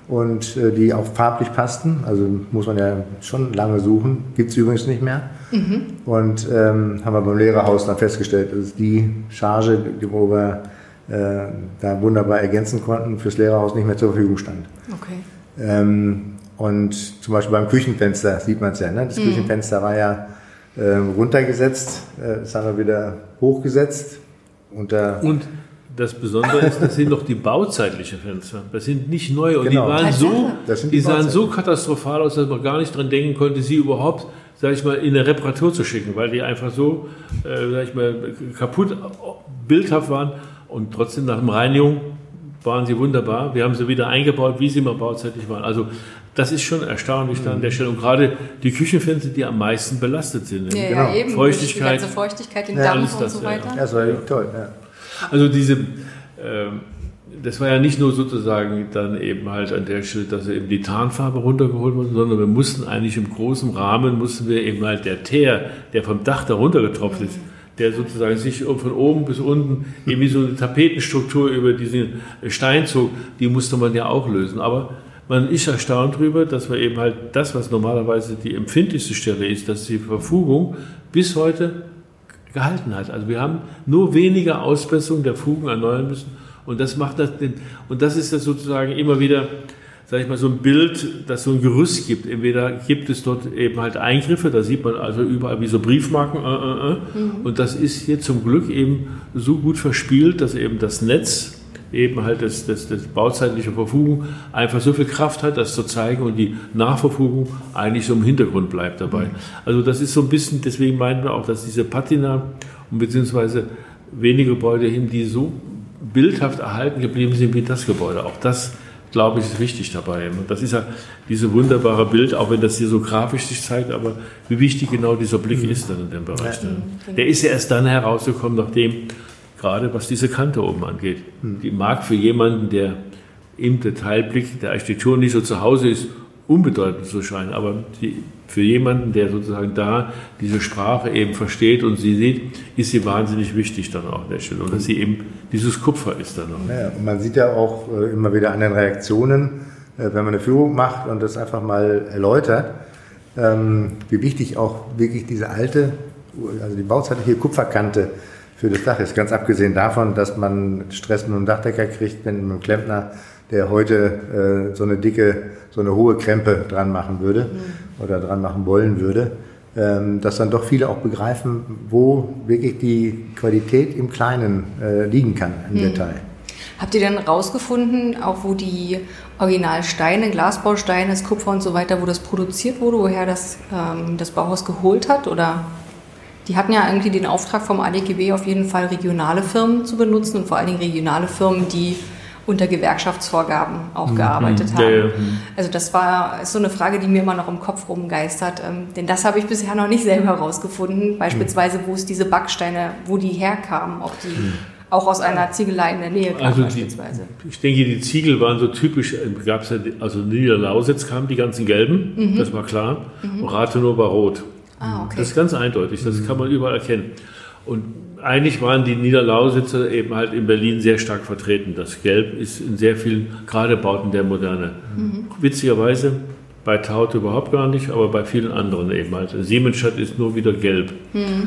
und äh, die auch farblich passten. Also muss man ja schon lange suchen. Gibt es übrigens nicht mehr. Mhm. Und ähm, haben wir beim Lehrerhaus dann festgestellt, dass es die Charge, die, wo wir äh, da wunderbar ergänzen konnten, fürs Lehrerhaus nicht mehr zur Verfügung stand. Okay. Ähm, und zum Beispiel beim Küchenfenster sieht man es ja. Ne? Das mhm. Küchenfenster war ja äh, runtergesetzt, äh, das haben wir wieder hochgesetzt. Unter und das Besondere ist, das sind noch die bauzeitlichen Fenster. Das sind nicht neu und genau. die waren so, die, die sahen so katastrophal aus, dass man gar nicht dran denken konnte, sie überhaupt, sag ich mal, in eine Reparatur zu schicken, weil die einfach so, äh, sag ich mal, kaputt, bildhaft waren und trotzdem nach dem Reinigung waren sie wunderbar. Wir haben sie wieder eingebaut, wie sie mal bauzeitig waren. Also das ist schon erstaunlich mhm. an der Stelle. Und gerade die Küchenfenster, die am meisten belastet sind. Ja, Genau. ja, eben. Feuchtigkeit. Die ganze Feuchtigkeit, den Ja, Dampf und das, so weiter. Ja, das war ja toll. Ja. Also diese, ähm, das war ja nicht nur sozusagen dann eben halt an der Stelle, dass eben die Tarnfarbe runtergeholt wurde, sondern wir mussten eigentlich im großen Rahmen, mussten wir eben halt der Teer, der vom Dach da runtergetropft ist, der sozusagen sich von oben bis unten eben wie so eine Tapetenstruktur über diesen Stein zog, die musste man ja auch lösen. Aber man ist erstaunt darüber, dass wir eben halt das, was normalerweise die empfindlichste Stelle ist, dass die Verfugung bis heute gehalten hat. Also wir haben nur weniger Ausbesserung der Fugen erneuern müssen und das macht das, und das ist das sozusagen immer wieder, sage ich mal, so ein Bild, das so ein Gerüst gibt. Entweder gibt es dort eben halt Eingriffe, da sieht man also überall wie so Briefmarken, äh, äh, äh. Mhm. Und das ist hier zum Glück eben so gut verspielt, dass eben das Netz, eben halt das, das, das bauzeitliche Verfugung einfach so viel Kraft hat, das zu zeigen und die Nachverfugung eigentlich so im Hintergrund bleibt dabei. Also das ist so ein bisschen, deswegen meinen wir auch, dass diese Patina und beziehungsweise wenige Gebäude hin, die so bildhaft erhalten geblieben sind wie das Gebäude. Auch das, glaube ich, ist wichtig dabei. Und das ist ja diese wunderbare Bild, auch wenn das hier so grafisch sich zeigt, aber wie wichtig genau dieser Blick mhm. ist dann in dem Bereich. Ja. Der ist ja erst dann herausgekommen, nachdem gerade was diese Kante oben angeht. Die mag für jemanden, der im Detailblick der Architektur nicht so zu Hause ist, unbedeutend zu scheinen, aber die, für jemanden, der sozusagen da diese Sprache eben versteht und sie sieht, ist sie wahnsinnig wichtig dann auch an der Stelle. Und dass sie eben dieses Kupfer ist dann auch. Ja, und man sieht ja auch äh, immer wieder an den Reaktionen, äh, wenn man eine Führung macht und das einfach mal erläutert, ähm, wie wichtig auch wirklich diese alte, also die bauzeitliche Kupferkante für das Dach ist. Ganz abgesehen davon, dass man Stress mit einem Dachdecker kriegt, wenn ein Klempner, der heute äh, so eine dicke, so eine hohe Krempe dran machen würde mhm. oder dran machen wollen würde, ähm, dass dann doch viele auch begreifen, wo wirklich die Qualität im Kleinen äh, liegen kann, im mhm. Detail. Habt ihr denn rausgefunden, auch wo die Originalsteine, Glasbausteine, das Kupfer und so weiter, wo das produziert wurde, woher das, ähm, das Bauhaus geholt hat, oder? Die hatten ja irgendwie den Auftrag vom A D G B, auf jeden Fall regionale Firmen zu benutzen und vor allen Dingen regionale Firmen, die unter Gewerkschaftsvorgaben auch mhm. gearbeitet haben. Ja, ja. Also das war ist so eine Frage, die mir immer noch im Kopf rumgeistert, ähm, denn das habe ich bisher noch nicht selber herausgefunden. Beispielsweise, wo es diese Backsteine, wo die herkamen, ob die mhm. auch aus einer Ziegelei in der Nähe kamen also beispielsweise. Die, ich denke, die Ziegel waren so typisch, gab es ja, also in Niederlausitz kamen die ganzen gelben, mhm. das war klar, mhm. und Rathenow war rot. Ah, okay. Das ist ganz eindeutig, das kann man überall erkennen. Und eigentlich waren die Niederlausitzer eben halt in Berlin sehr stark vertreten. Das Gelb ist in sehr vielen, gerade Bauten der Moderne. Mhm. Witzigerweise bei Taut überhaupt gar nicht, aber bei vielen anderen eben halt. Siemensstadt ist nur wieder gelb. Mhm.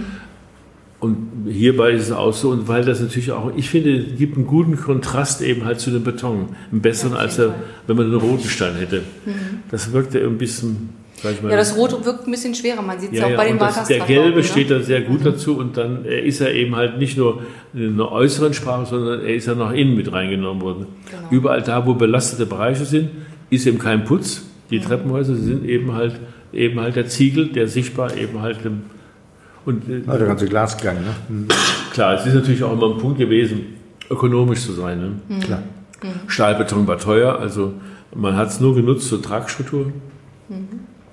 Und hierbei ist es auch so, und weil das natürlich auch, ich finde, es gibt einen guten Kontrast eben halt zu dem Beton. Einen besseren, ja, als er, wenn man einen roten Stein hätte. Mhm. Das wirkt ja ein bisschen... Ja, das Rot wirkt ein bisschen schwerer, man sieht es ja, auch ja, bei den Wahlkasten. Der Gelbe steht da sehr gut mhm. dazu und dann ist er eben halt nicht nur in einer äußeren Sprache, sondern er ist ja nach innen mit reingenommen worden. Genau. Überall da, wo belastete Bereiche sind, ist eben kein Putz. Die mhm. Treppenhäuser sind eben halt, eben halt der Ziegel, der sichtbar eben halt... Und, ah, der ganze Glasklang, ne? Mhm. Klar, es ist natürlich auch immer ein Punkt gewesen, ökonomisch zu sein. Ne? Mhm. Klar. Mhm. Stahlbeton war teuer, also man hat es nur genutzt zur Tragstruktur. Mhm.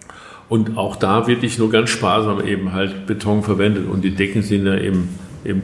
Und auch da wirklich nur ganz sparsam eben halt Beton verwendet. Und die Decken sind ja eben, eben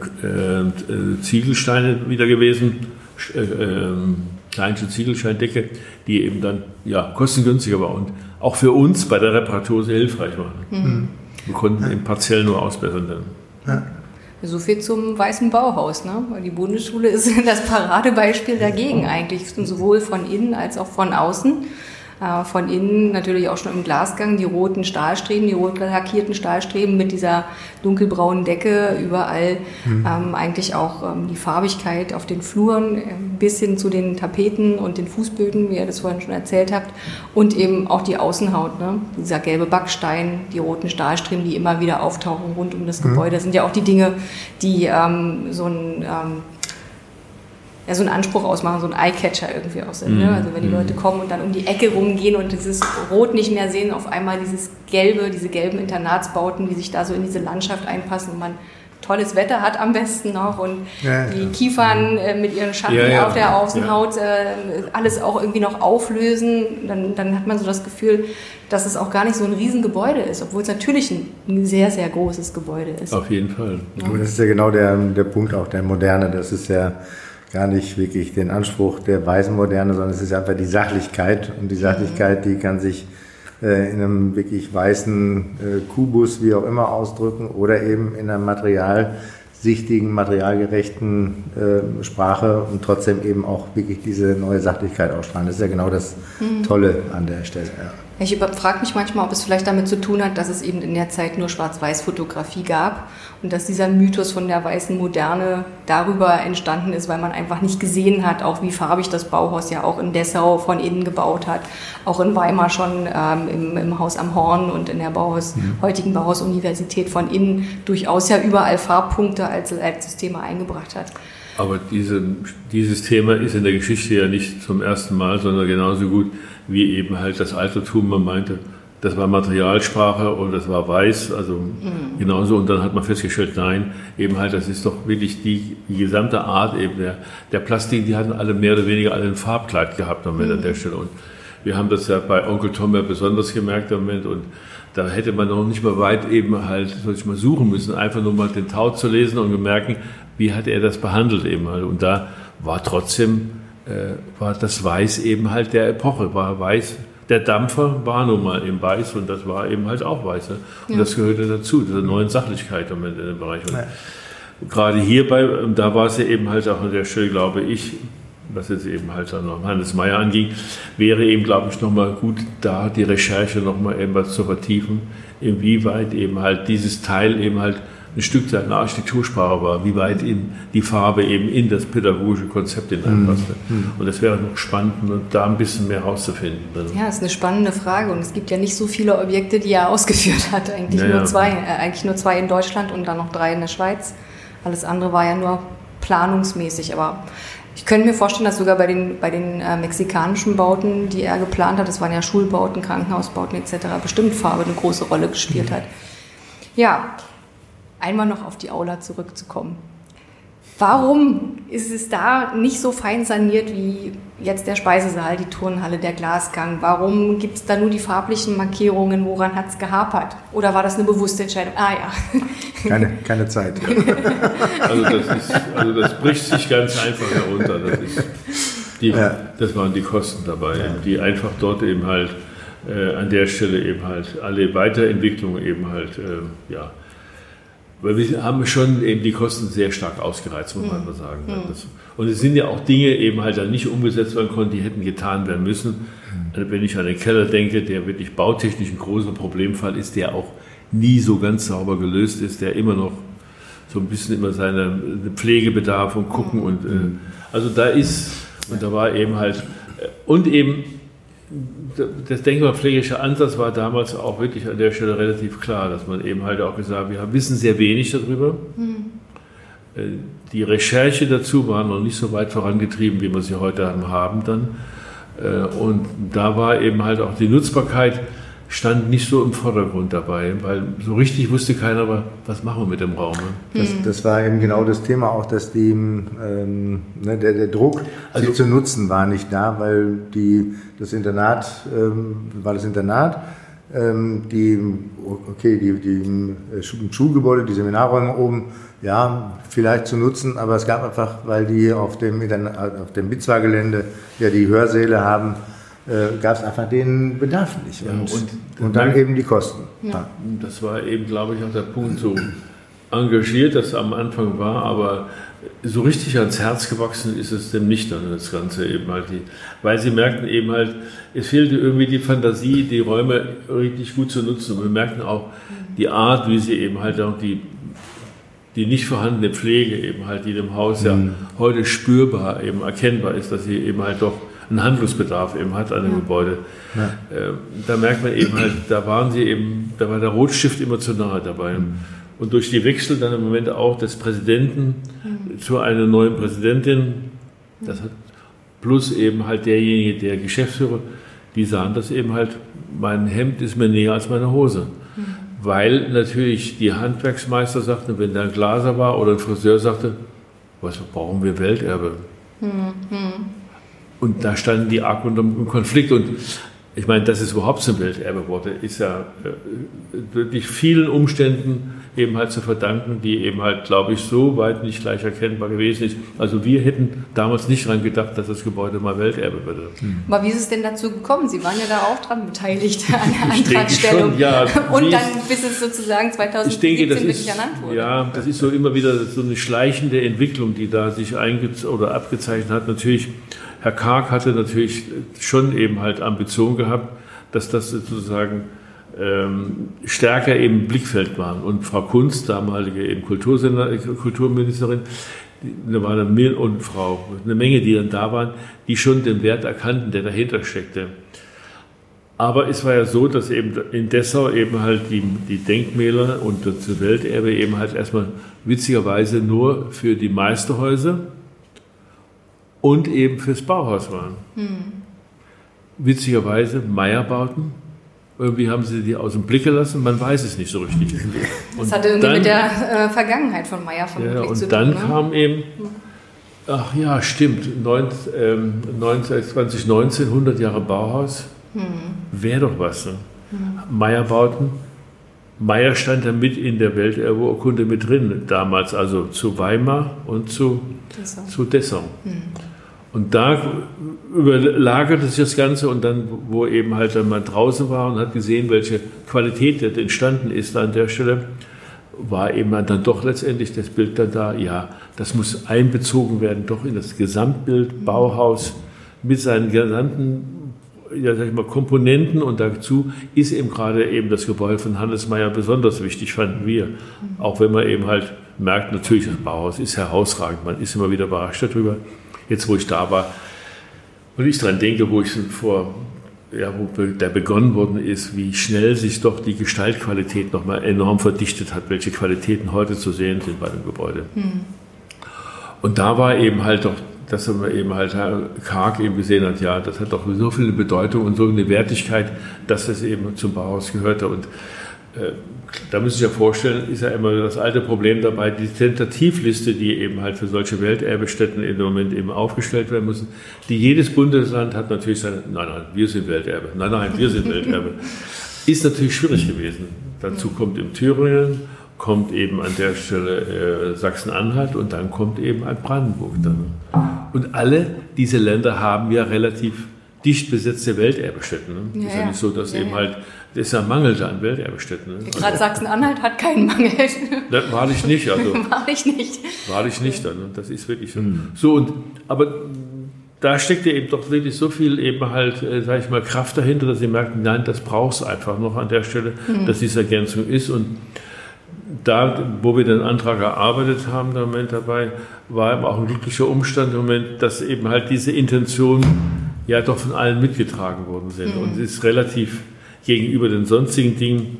äh, Ziegelsteine wieder gewesen, äh, äh, kleinste Ziegelsteindecke, die eben dann ja, kostengünstiger war und auch für uns bei der Reparatur sehr hilfreich waren. Mhm. Wir konnten eben partiell nur ausbessern. Dann. Ja. So viel zum Weißen Bauhaus, ne? Die Bundesschule ist das Paradebeispiel dagegen eigentlich, sowohl von innen als auch von außen. Von innen natürlich auch schon im Glasgang die roten Stahlstreben, die rot lackierten Stahlstreben mit dieser dunkelbraunen Decke, überall mhm. ähm, eigentlich auch ähm, die Farbigkeit auf den Fluren, äh, bis hin zu den Tapeten und den Fußböden, wie ihr das vorhin schon erzählt habt, und eben auch die Außenhaut, ne? Dieser gelbe Backstein, die roten Stahlstreben, die immer wieder auftauchen rund um das mhm. Gebäude, das sind ja auch die Dinge, die ähm, so ein ähm, ja, so einen Anspruch ausmachen, so ein Eyecatcher irgendwie auch sind. Mm, ne? Also wenn die mm. Leute kommen und dann um die Ecke rumgehen und dieses Rot nicht mehr sehen, auf einmal dieses Gelbe, diese gelben Internatsbauten, die sich da so in diese Landschaft einpassen und man tolles Wetter hat am besten noch und ja, die ja. Kiefern äh, mit ihren Schatten ja, ja. auf der Außenhaut äh, alles auch irgendwie noch auflösen, dann, dann hat man so das Gefühl, dass es auch gar nicht so ein Riesengebäude ist, obwohl es natürlich ein, ein sehr, sehr großes Gebäude ist. Auf jeden Fall. Ja. Aber das ist ja genau der, der Punkt auch der Moderne, das ist ja gar nicht wirklich den Anspruch der weißen Moderne, sondern es ist einfach die Sachlichkeit. Und die Sachlichkeit, die kann sich äh, in einem wirklich weißen äh, Kubus, wie auch immer, ausdrücken oder eben in einer materialsichtigen, materialgerechten äh, Sprache und trotzdem eben auch wirklich diese neue Sachlichkeit ausstrahlen. Das ist ja genau das mhm. Tolle an der Stelle. Ja. Ich frage mich manchmal, ob es vielleicht damit zu tun hat, dass es eben in der Zeit nur Schwarz-Weiß-Fotografie gab und dass dieser Mythos von der weißen Moderne darüber entstanden ist, weil man einfach nicht gesehen hat, auch wie farbig das Bauhaus ja auch in Dessau von innen gebaut hat, auch in Weimar schon ähm, im, im Haus am Horn und in der Bauhaus, mhm. heutigen Bauhaus-Universität von innen durchaus ja überall Farbpunkte als Leitsysteme eingebracht hat. Aber diese, dieses Thema ist in der Geschichte ja nicht zum ersten Mal, sondern genauso gut wie eben halt das Altertum. Man meinte, das war Materialsprache und das war weiß, also mhm. genauso. Und dann hat man festgestellt, nein, eben halt, das ist doch wirklich die, die gesamte Art eben der, der Plastik, die hatten alle mehr oder weniger alle ein Farbkleid gehabt am Moment mhm. an der Stelle. Und wir haben das ja bei Onkel Tom ja besonders gemerkt am Moment und da hätte man noch nicht mal weit eben halt, soll ich mal suchen müssen, einfach nur mal den Tau zu lesen und merken, wie hat er das behandelt eben halt. Und da war trotzdem, äh, war das Weiß eben halt der Epoche, war Weiß, der Dampfer war nun mal eben weiß und das war eben halt auch weiß. Ne? Und ja. das gehörte dazu, dieser neuen Sachlichkeit im Moment in dem Bereich. Und ja. gerade hierbei, da war es ja eben halt auch an der Stelle, glaube ich, was jetzt eben halt dann noch Hannes Meyer anging, wäre eben, glaube ich, nochmal gut, da die Recherche nochmal eben was zu vertiefen, inwieweit eben halt dieses Teil eben halt ein Stück seiner Architektursprache war, wie weit eben die Farbe eben in das pädagogische Konzept hineinpasste. Mhm. Und das wäre noch spannend, da ein bisschen mehr herauszufinden. Ja, das ist eine spannende Frage und es gibt ja nicht so viele Objekte, die er ausgeführt hat, eigentlich, ja, nur, ja. Zwei, äh, eigentlich nur zwei in Deutschland und dann noch drei in der Schweiz. Alles andere war ja nur planungsmäßig, aber ich könnte mir vorstellen, dass sogar bei den, bei den äh, mexikanischen Bauten, die er geplant hat, das waren ja Schulbauten, Krankenhausbauten et cetera, bestimmt Farbe eine große Rolle gespielt mhm. hat. Ja, einmal noch auf die Aula zurückzukommen. Warum ist es da nicht so fein saniert wie jetzt der Speisesaal, die Turnhalle, der Glasgang? Warum gibt es da nur die farblichen Markierungen? Woran hat es gehapert? Oder war das eine bewusste Entscheidung? Ah ja. Keine, keine Zeit. Also das, ist, also das bricht sich ganz einfach herunter. Das, ist die, ja. das waren die Kosten dabei, ja. die einfach dort eben halt äh, an der Stelle eben halt alle Weiterentwicklungen eben halt, äh, ja, weil wir haben schon eben die Kosten sehr stark ausgereizt, muss man mal sagen. Mhm. Das, und es sind ja auch Dinge eben halt dann nicht umgesetzt werden konnten, die hätten getan werden müssen. Mhm. Wenn ich an den Keller denke, der wirklich bautechnisch ein großer Problemfall ist, der auch nie so ganz sauber gelöst ist, der immer noch so ein bisschen immer seine Pflegebedarf und gucken mhm. und äh, also da ist, und da war eben halt, und eben das denkmalpflegerische Ansatz war damals auch wirklich an der Stelle relativ klar, dass man eben halt auch gesagt hat, wir wissen sehr wenig darüber. Mhm. Die Recherche dazu war noch nicht so weit vorangetrieben, wie wir sie heute haben dann. Und da war eben halt auch die Nutzbarkeit stand nicht so im Vordergrund dabei, weil so richtig wusste keiner, was machen wir mit dem Raum. Ne? Das, das war eben genau das Thema auch, dass die, ähm, ne, der, der Druck, also, sie zu nutzen, war nicht da, weil die, das Internat, ähm, war das Internat, ähm, die, okay, die, die im Schulgebäude, die Seminarräume oben, ja, vielleicht zu nutzen, aber es gab einfach, weil die auf dem, auf dem Bizwa-Gelände ja die Hörsäle haben, Äh, gab es einfach den Bedarf nicht. Und, ja, und, und dann eben die Kosten. Ja. Das war eben, glaube ich, auch der Punkt so. engagiert das am Anfang war, aber so richtig ans Herz gewachsen ist es dem nicht dann, das Ganze eben halt. Die, weil sie merkten eben halt, es fehlte irgendwie die Fantasie, die Räume richtig gut zu nutzen. Und wir merkten auch die Art, wie sie eben halt auch die, die nicht vorhandene Pflege eben halt, die dem Haus ja mhm. heute spürbar eben erkennbar ist, dass sie eben halt doch einen Handlungsbedarf eben hat an dem ja. Gebäude. Ja. Äh, da merkt man eben halt, da waren sie eben, da war der Rotstift immer zu nahe dabei. Mhm. Und durch die Wechsel dann im Moment auch des Präsidenten mhm. zu einer neuen Präsidentin, das hat plus eben halt derjenige, der Geschäftsführer, die sahen das eben halt, mein Hemd ist mir näher als meine Hose. Mhm. Weil natürlich die Handwerksmeister sagten, wenn da ein Glaser war oder ein Friseur sagte, was brauchen wir Welterbe? Mhm. Und da standen die arg unter dem Konflikt. Und ich meine, dass es überhaupt zum Welterbe wurde, ist ja äh, wirklich vielen Umständen eben halt zu verdanken, die eben halt, glaube ich, so weit nicht gleich erkennbar gewesen ist. Also wir hätten damals nicht daran gedacht, dass das Gebäude mal Welterbe würde. Aber wie ist es denn dazu gekommen? Sie waren ja da auch dran beteiligt an der Antragstellung. Schon, ja, und dann bis es sozusagen zweitausendsiebzehn ich denke, das wirklich ist, ernannt wurde. Ja, das ist so immer wieder so eine schleichende Entwicklung, die da sich einge- oder abgezeichnet hat. Natürlich, Herr Karg hatte natürlich schon eben halt Ambition gehabt, dass das sozusagen ähm, stärker im Blickfeld war. Und Frau Kunz, damalige eben Kulturministerin, da war eine, und Frau, eine Menge, die dann da waren, die schon den Wert erkannten, der dahinter steckte. Aber es war ja so, dass eben in Dessau eben halt die, die Denkmäler und das Welterbe eben halt erstmal witzigerweise nur für die Meisterhäuser und eben fürs Bauhaus waren. Hm. Witzigerweise Meierbauten. Irgendwie haben sie die aus dem Blick gelassen, man weiß es nicht so richtig. Und das hatte irgendwie dann, mit der äh, Vergangenheit von Meyer vermutlich ja, und zu tun. Und dann ne? kam eben, ach ja, stimmt, neunzig, ähm, zwanzig neunzehn, hundert Jahre Bauhaus, hm. wäre doch was. Ne? Hm. Meierbauten. Meyer stand da mit in der Welterbeurkunde mit drin, damals also zu Weimar und zu Dessau. Zu Dessau. Hm. Und da überlagerte sich das Ganze und dann, wo eben halt dann mal draußen war und hat gesehen, welche Qualität dort entstanden ist an der Stelle, war eben dann doch letztendlich das Bild dann da, ja, das muss einbezogen werden, doch in das Gesamtbild Bauhaus mit seinen gesamten, ja, sag ich mal, Komponenten, und dazu ist eben gerade eben das Gebäude von Hannes Meyer besonders wichtig, fanden wir. Auch wenn man eben halt merkt, natürlich, das Bauhaus ist herausragend, man ist immer wieder überrascht darüber. Jetzt, wo ich da war und ich daran denke, wo ich vor, ja, wo da begonnen worden ist, wie schnell sich doch die Gestaltqualität nochmal enorm verdichtet hat, welche Qualitäten heute zu sehen sind bei dem Gebäude. Hm. Und da war eben halt doch, dass man eben halt Herr Karg eben gesehen hat, ja, das hat doch so viel Bedeutung und so eine Wertigkeit, dass das eben zum Bauhaus gehörte. Und äh, da müssen Sie sich ja vorstellen, ist ja immer das alte Problem dabei, die Tentativliste, die eben halt für solche Welterbestätten im Moment eben aufgestellt werden müssen, die jedes Bundesland hat natürlich seine, nein, nein, wir sind Welterbe, nein, nein, wir sind Welterbe, ist natürlich schwierig gewesen. Dazu kommt im Thüringen, kommt eben an der Stelle äh, Sachsen-Anhalt und dann kommt eben ein Brandenburg dann. Und alle diese Länder haben ja relativ dicht besetzte Welterbestätten. Ne? Ja, ist ja nicht so, dass ja, eben ja. halt, das ist ja Mangel da an Welterbestätten. Ne? Gerade also, Sachsen-Anhalt hat keinen Mangel. Das wahrlich nicht. Also, wahrlich nicht. Wahrlich nicht. Dann, das ist wirklich so. Mhm. so und, aber da steckt ja eben doch wirklich so viel eben halt, äh, sage ich mal, Kraft dahinter, dass sie merken, nein, das braucht es einfach noch an der Stelle, mhm. dass diese Ergänzung ist. Und da, wo wir den Antrag erarbeitet haben, im Moment dabei, war eben auch ein glücklicher Umstand im Moment, dass eben halt diese Intention ja doch von allen mitgetragen worden sind. Mhm. Und es ist relativ gegenüber den sonstigen Dingen,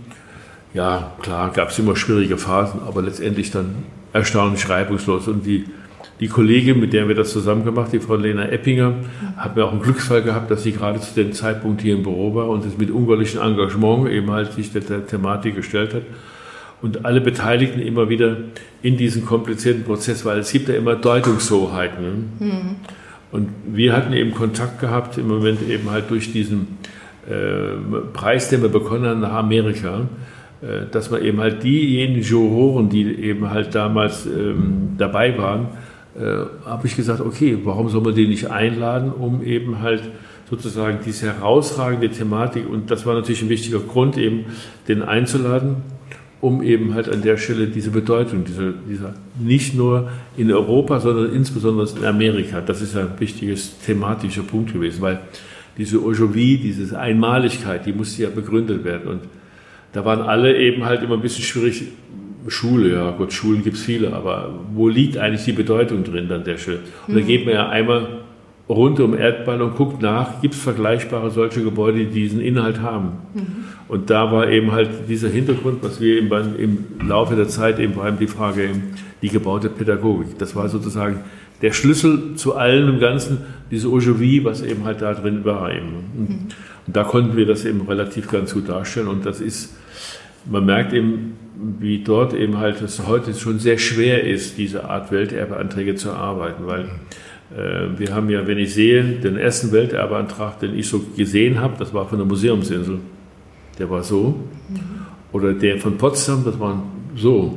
ja klar, gab es immer schwierige Phasen, aber letztendlich dann erstaunlich reibungslos. Und die, die Kollegin, mit der wir das zusammen gemacht haben, die Frau Lena Eppinger, mhm. hat mir auch einen Glücksfall gehabt, dass sie gerade zu dem Zeitpunkt hier im Büro war und es mit unglaublichem Engagement eben halt sich der, der Thematik gestellt hat. Und alle Beteiligten immer wieder in diesen komplizierten Prozess, weil es gibt ja immer Deutungshoheiten. Mhm. Und wir hatten eben Kontakt gehabt, im Moment eben halt durch diesen äh, Preis, den wir bekommen haben nach Amerika, äh, dass man eben halt diejenigen Juroren, die eben halt damals ähm, dabei waren, äh, habe ich gesagt, okay, warum soll man die nicht einladen, um eben halt sozusagen diese herausragende Thematik, und das war natürlich ein wichtiger Grund, eben den einzuladen. um eben halt an der Stelle diese Bedeutung, diese, dieser, nicht nur in Europa, sondern insbesondere in Amerika, das ist ein wichtiges thematischer Punkt gewesen, weil diese Aujourd'hui, diese Einmaligkeit, die musste ja begründet werden. Und da waren alle eben halt immer ein bisschen schwierig. Schule, ja Gott, Schulen gibt es viele, aber wo liegt eigentlich die Bedeutung drin an der Stelle? Und mhm. da geht man ja einmal rund um Erdball und guckt nach, gibt es vergleichbare solche Gebäude, die diesen Inhalt haben. Mhm. Und da war eben halt dieser Hintergrund, was wir eben im Laufe der Zeit eben vor allem die Frage, eben die gebaute Pädagogik. Das war sozusagen der Schlüssel zu allem im Ganzen, diese Aujourd'hui, was eben halt da drin war. Eben. Und, mhm. und da konnten wir das eben relativ ganz gut darstellen. Und das ist, man merkt eben, wie dort eben halt es heute schon sehr schwer ist, diese Art Welterbeanträge zu erarbeiten, weil äh, wir haben ja, wenn ich sehe, den ersten Welterbeantrag, den ich so gesehen habe, das war von der Museumsinsel, der war so, mhm. oder der von Potsdam, das war so.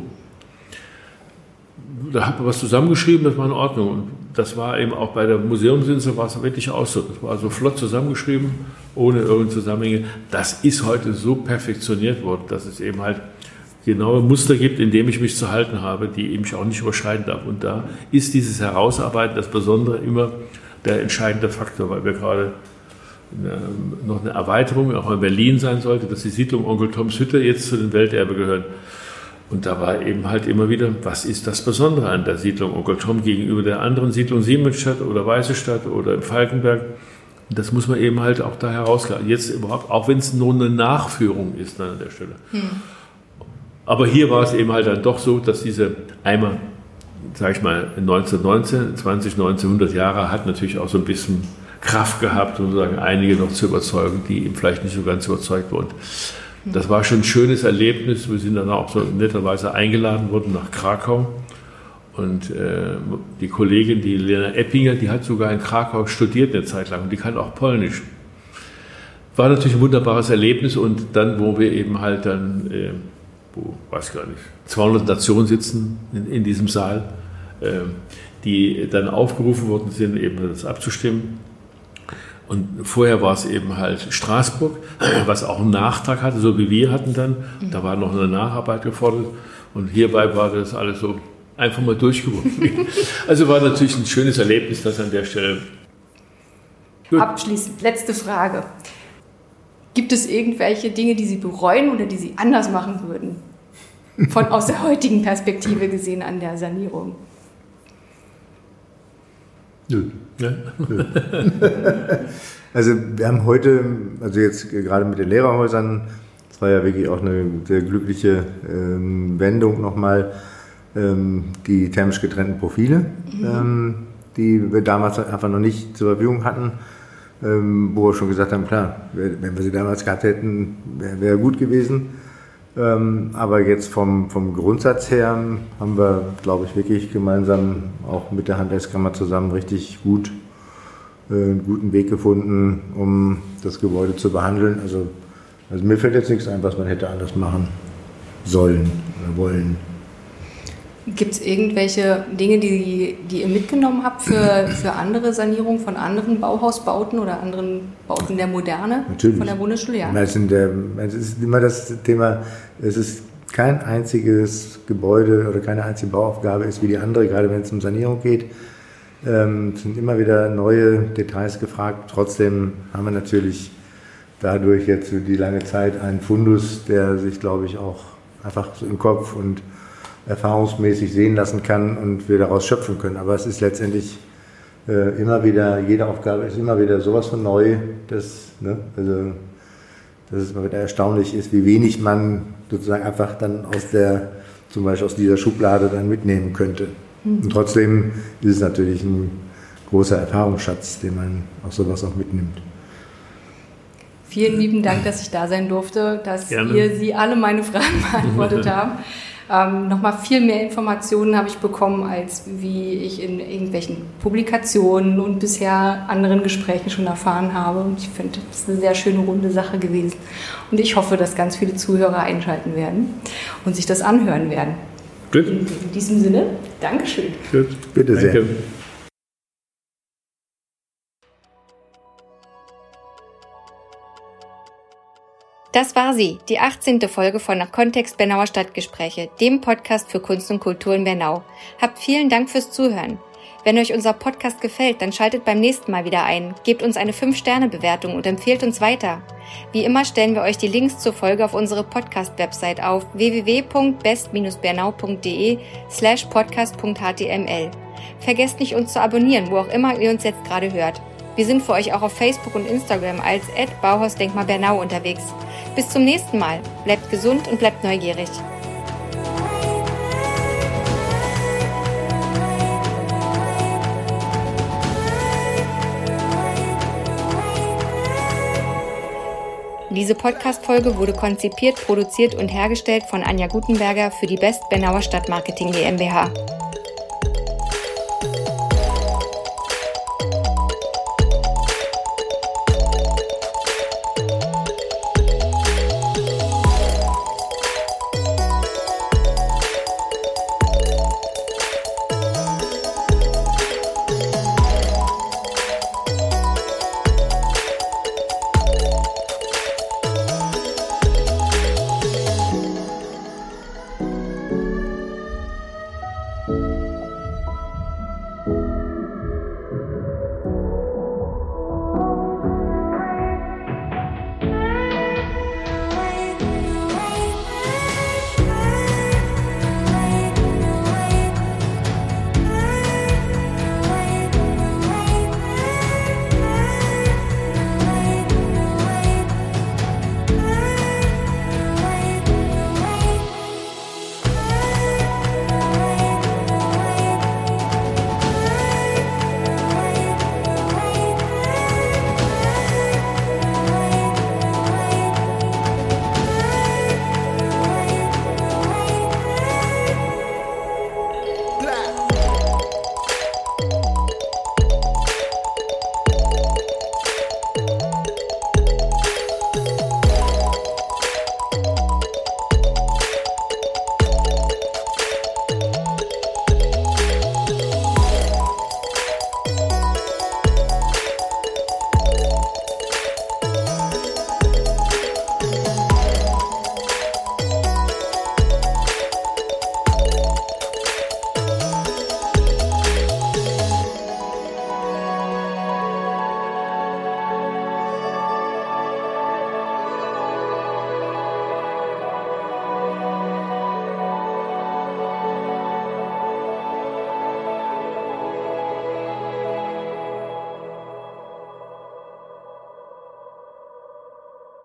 Da hat man was zusammengeschrieben, das war in Ordnung. Und das war eben auch bei der Museumsinsel, war es wirklich auch so. Das war so flott zusammengeschrieben, ohne irgendeine Zusammenhänge. Das ist heute so perfektioniert worden, dass es eben halt genaue Muster gibt, in dem ich mich zu halten habe, die ich mich auch nicht überschreiten darf. Und da ist dieses Herausarbeiten, das Besondere, immer der entscheidende Faktor, weil wir gerade eine, noch eine Erweiterung auch in Berlin sein sollte, dass die Siedlung Onkel Toms Hütte jetzt zu den Welterbe gehören. Und da war eben halt immer wieder, was ist das Besondere an der Siedlung Onkel Tom gegenüber der anderen Siedlung Siemensstadt oder Weißestadt oder im Falkenberg? Und das muss man eben halt auch da herauskriegen. Jetzt überhaupt, auch wenn es nur eine Nachführung ist dann an der Stelle. Hm. Aber hier war es eben halt dann doch so, dass diese einmal, sag ich mal, neunzehnhundertneunzehn, zwanzig, neunzehnhundert Jahre hat natürlich auch so ein bisschen Kraft gehabt, um sozusagen einige noch zu überzeugen, die eben vielleicht nicht so ganz überzeugt wurden. Das war schon ein schönes Erlebnis. Wir sind dann auch so netterweise eingeladen worden nach Krakau. Und äh, die Kollegin, die Lena Eppinger, die hat sogar in Krakau studiert eine Zeit lang und die kann auch Polnisch. War natürlich ein wunderbares Erlebnis. Und dann, wo wir eben halt dann, äh, wo, weiß gar nicht, zweihundert Nationen sitzen in, in diesem Saal, äh, die dann aufgerufen worden sind, eben das abzustimmen. Und vorher war es eben halt Straßburg, was auch einen Nachtrag hatte, so wie wir hatten dann. Da war noch eine Nacharbeit gefordert. Und hierbei war das alles so einfach mal durchgeworfen. Also war natürlich ein schönes Erlebnis, das an der Stelle. Gut. Abschließend, letzte Frage. Gibt es irgendwelche Dinge, die Sie bereuen oder die Sie anders machen würden? Von aus der heutigen Perspektive gesehen an der Sanierung. Ja. Also wir haben heute, also jetzt gerade mit den Lehrerhäusern, das war ja wirklich auch eine sehr glückliche ähm, Wendung nochmal, ähm, die thermisch getrennten Profile, mhm. ähm, die wir damals einfach noch nicht zur Verfügung hatten, ähm, wo wir schon gesagt haben, klar, wenn wir sie damals gehabt hätten, wäre wär gut gewesen. Ähm, aber jetzt vom, vom Grundsatz her haben wir, glaube ich, wirklich gemeinsam auch mit der Handwerkskammer zusammen richtig gut äh, einen guten Weg gefunden, um das Gebäude zu behandeln. Also, also mir fällt jetzt nichts ein, was man hätte anders machen sollen oder wollen. Gibt es irgendwelche Dinge, die, die ihr mitgenommen habt für, für andere Sanierungen von anderen Bauhausbauten oder anderen Bauten der Moderne? Natürlich. Von der Bundesschule? Ja. Es ist immer das Thema, es ist kein einziges Gebäude oder keine einzige Bauaufgabe ist wie die andere, gerade wenn es um Sanierung geht. Ähm, es sind immer wieder neue Details gefragt. Trotzdem haben wir natürlich dadurch jetzt für die lange Zeit einen Fundus, der sich, glaube ich, auch einfach so im Kopf und erfahrungsmäßig sehen lassen kann und wir daraus schöpfen können. Aber es ist letztendlich äh, immer wieder, jede Aufgabe ist immer wieder sowas von neu, dass, ne, also, dass es mal wieder erstaunlich ist, wie wenig man sozusagen einfach dann aus der, zum Beispiel aus dieser Schublade dann mitnehmen könnte. Mhm. Und trotzdem ist es natürlich ein großer Erfahrungsschatz, den man aus sowas auch mitnimmt. Vielen lieben Dank, dass ich da sein durfte, dass Gerne. ihr Sie alle meine Fragen beantwortet habt. Ähm, nochmal viel mehr Informationen habe ich bekommen, als wie ich in irgendwelchen Publikationen und bisher anderen Gesprächen schon erfahren habe. Und ich finde, das ist eine sehr schöne, runde Sache gewesen. Und ich hoffe, dass ganz viele Zuhörer einschalten werden und sich das anhören werden. Gut. In, in diesem Sinne, Dankeschön. Gut. Bitte sehr. Danke. Das war sie, die achtzehnte Folge von Kontext Bernauer Stadtgespräche, dem Podcast für Kunst und Kultur in Bernau. Habt vielen Dank fürs Zuhören. Wenn euch unser Podcast gefällt, dann schaltet beim nächsten Mal wieder ein, gebt uns eine fünf Sterne Bewertung und empfehlt uns weiter. Wie immer stellen wir euch die Links zur Folge auf unsere Podcast-Website auf w w w punkt best bindestrich bernau punkt de slash podcast punkt h t m l. Vergesst nicht, uns zu abonnieren, wo auch immer ihr uns jetzt gerade hört. Wir sind für euch auch auf Facebook und Instagram als at Bauhausdenkmal Bernau unterwegs. Bis zum nächsten Mal. Bleibt gesund und bleibt neugierig. Diese Podcast-Folge wurde konzipiert, produziert und hergestellt von Anja Gutenberger für die Best Bernauer Stadtmarketing GmbH.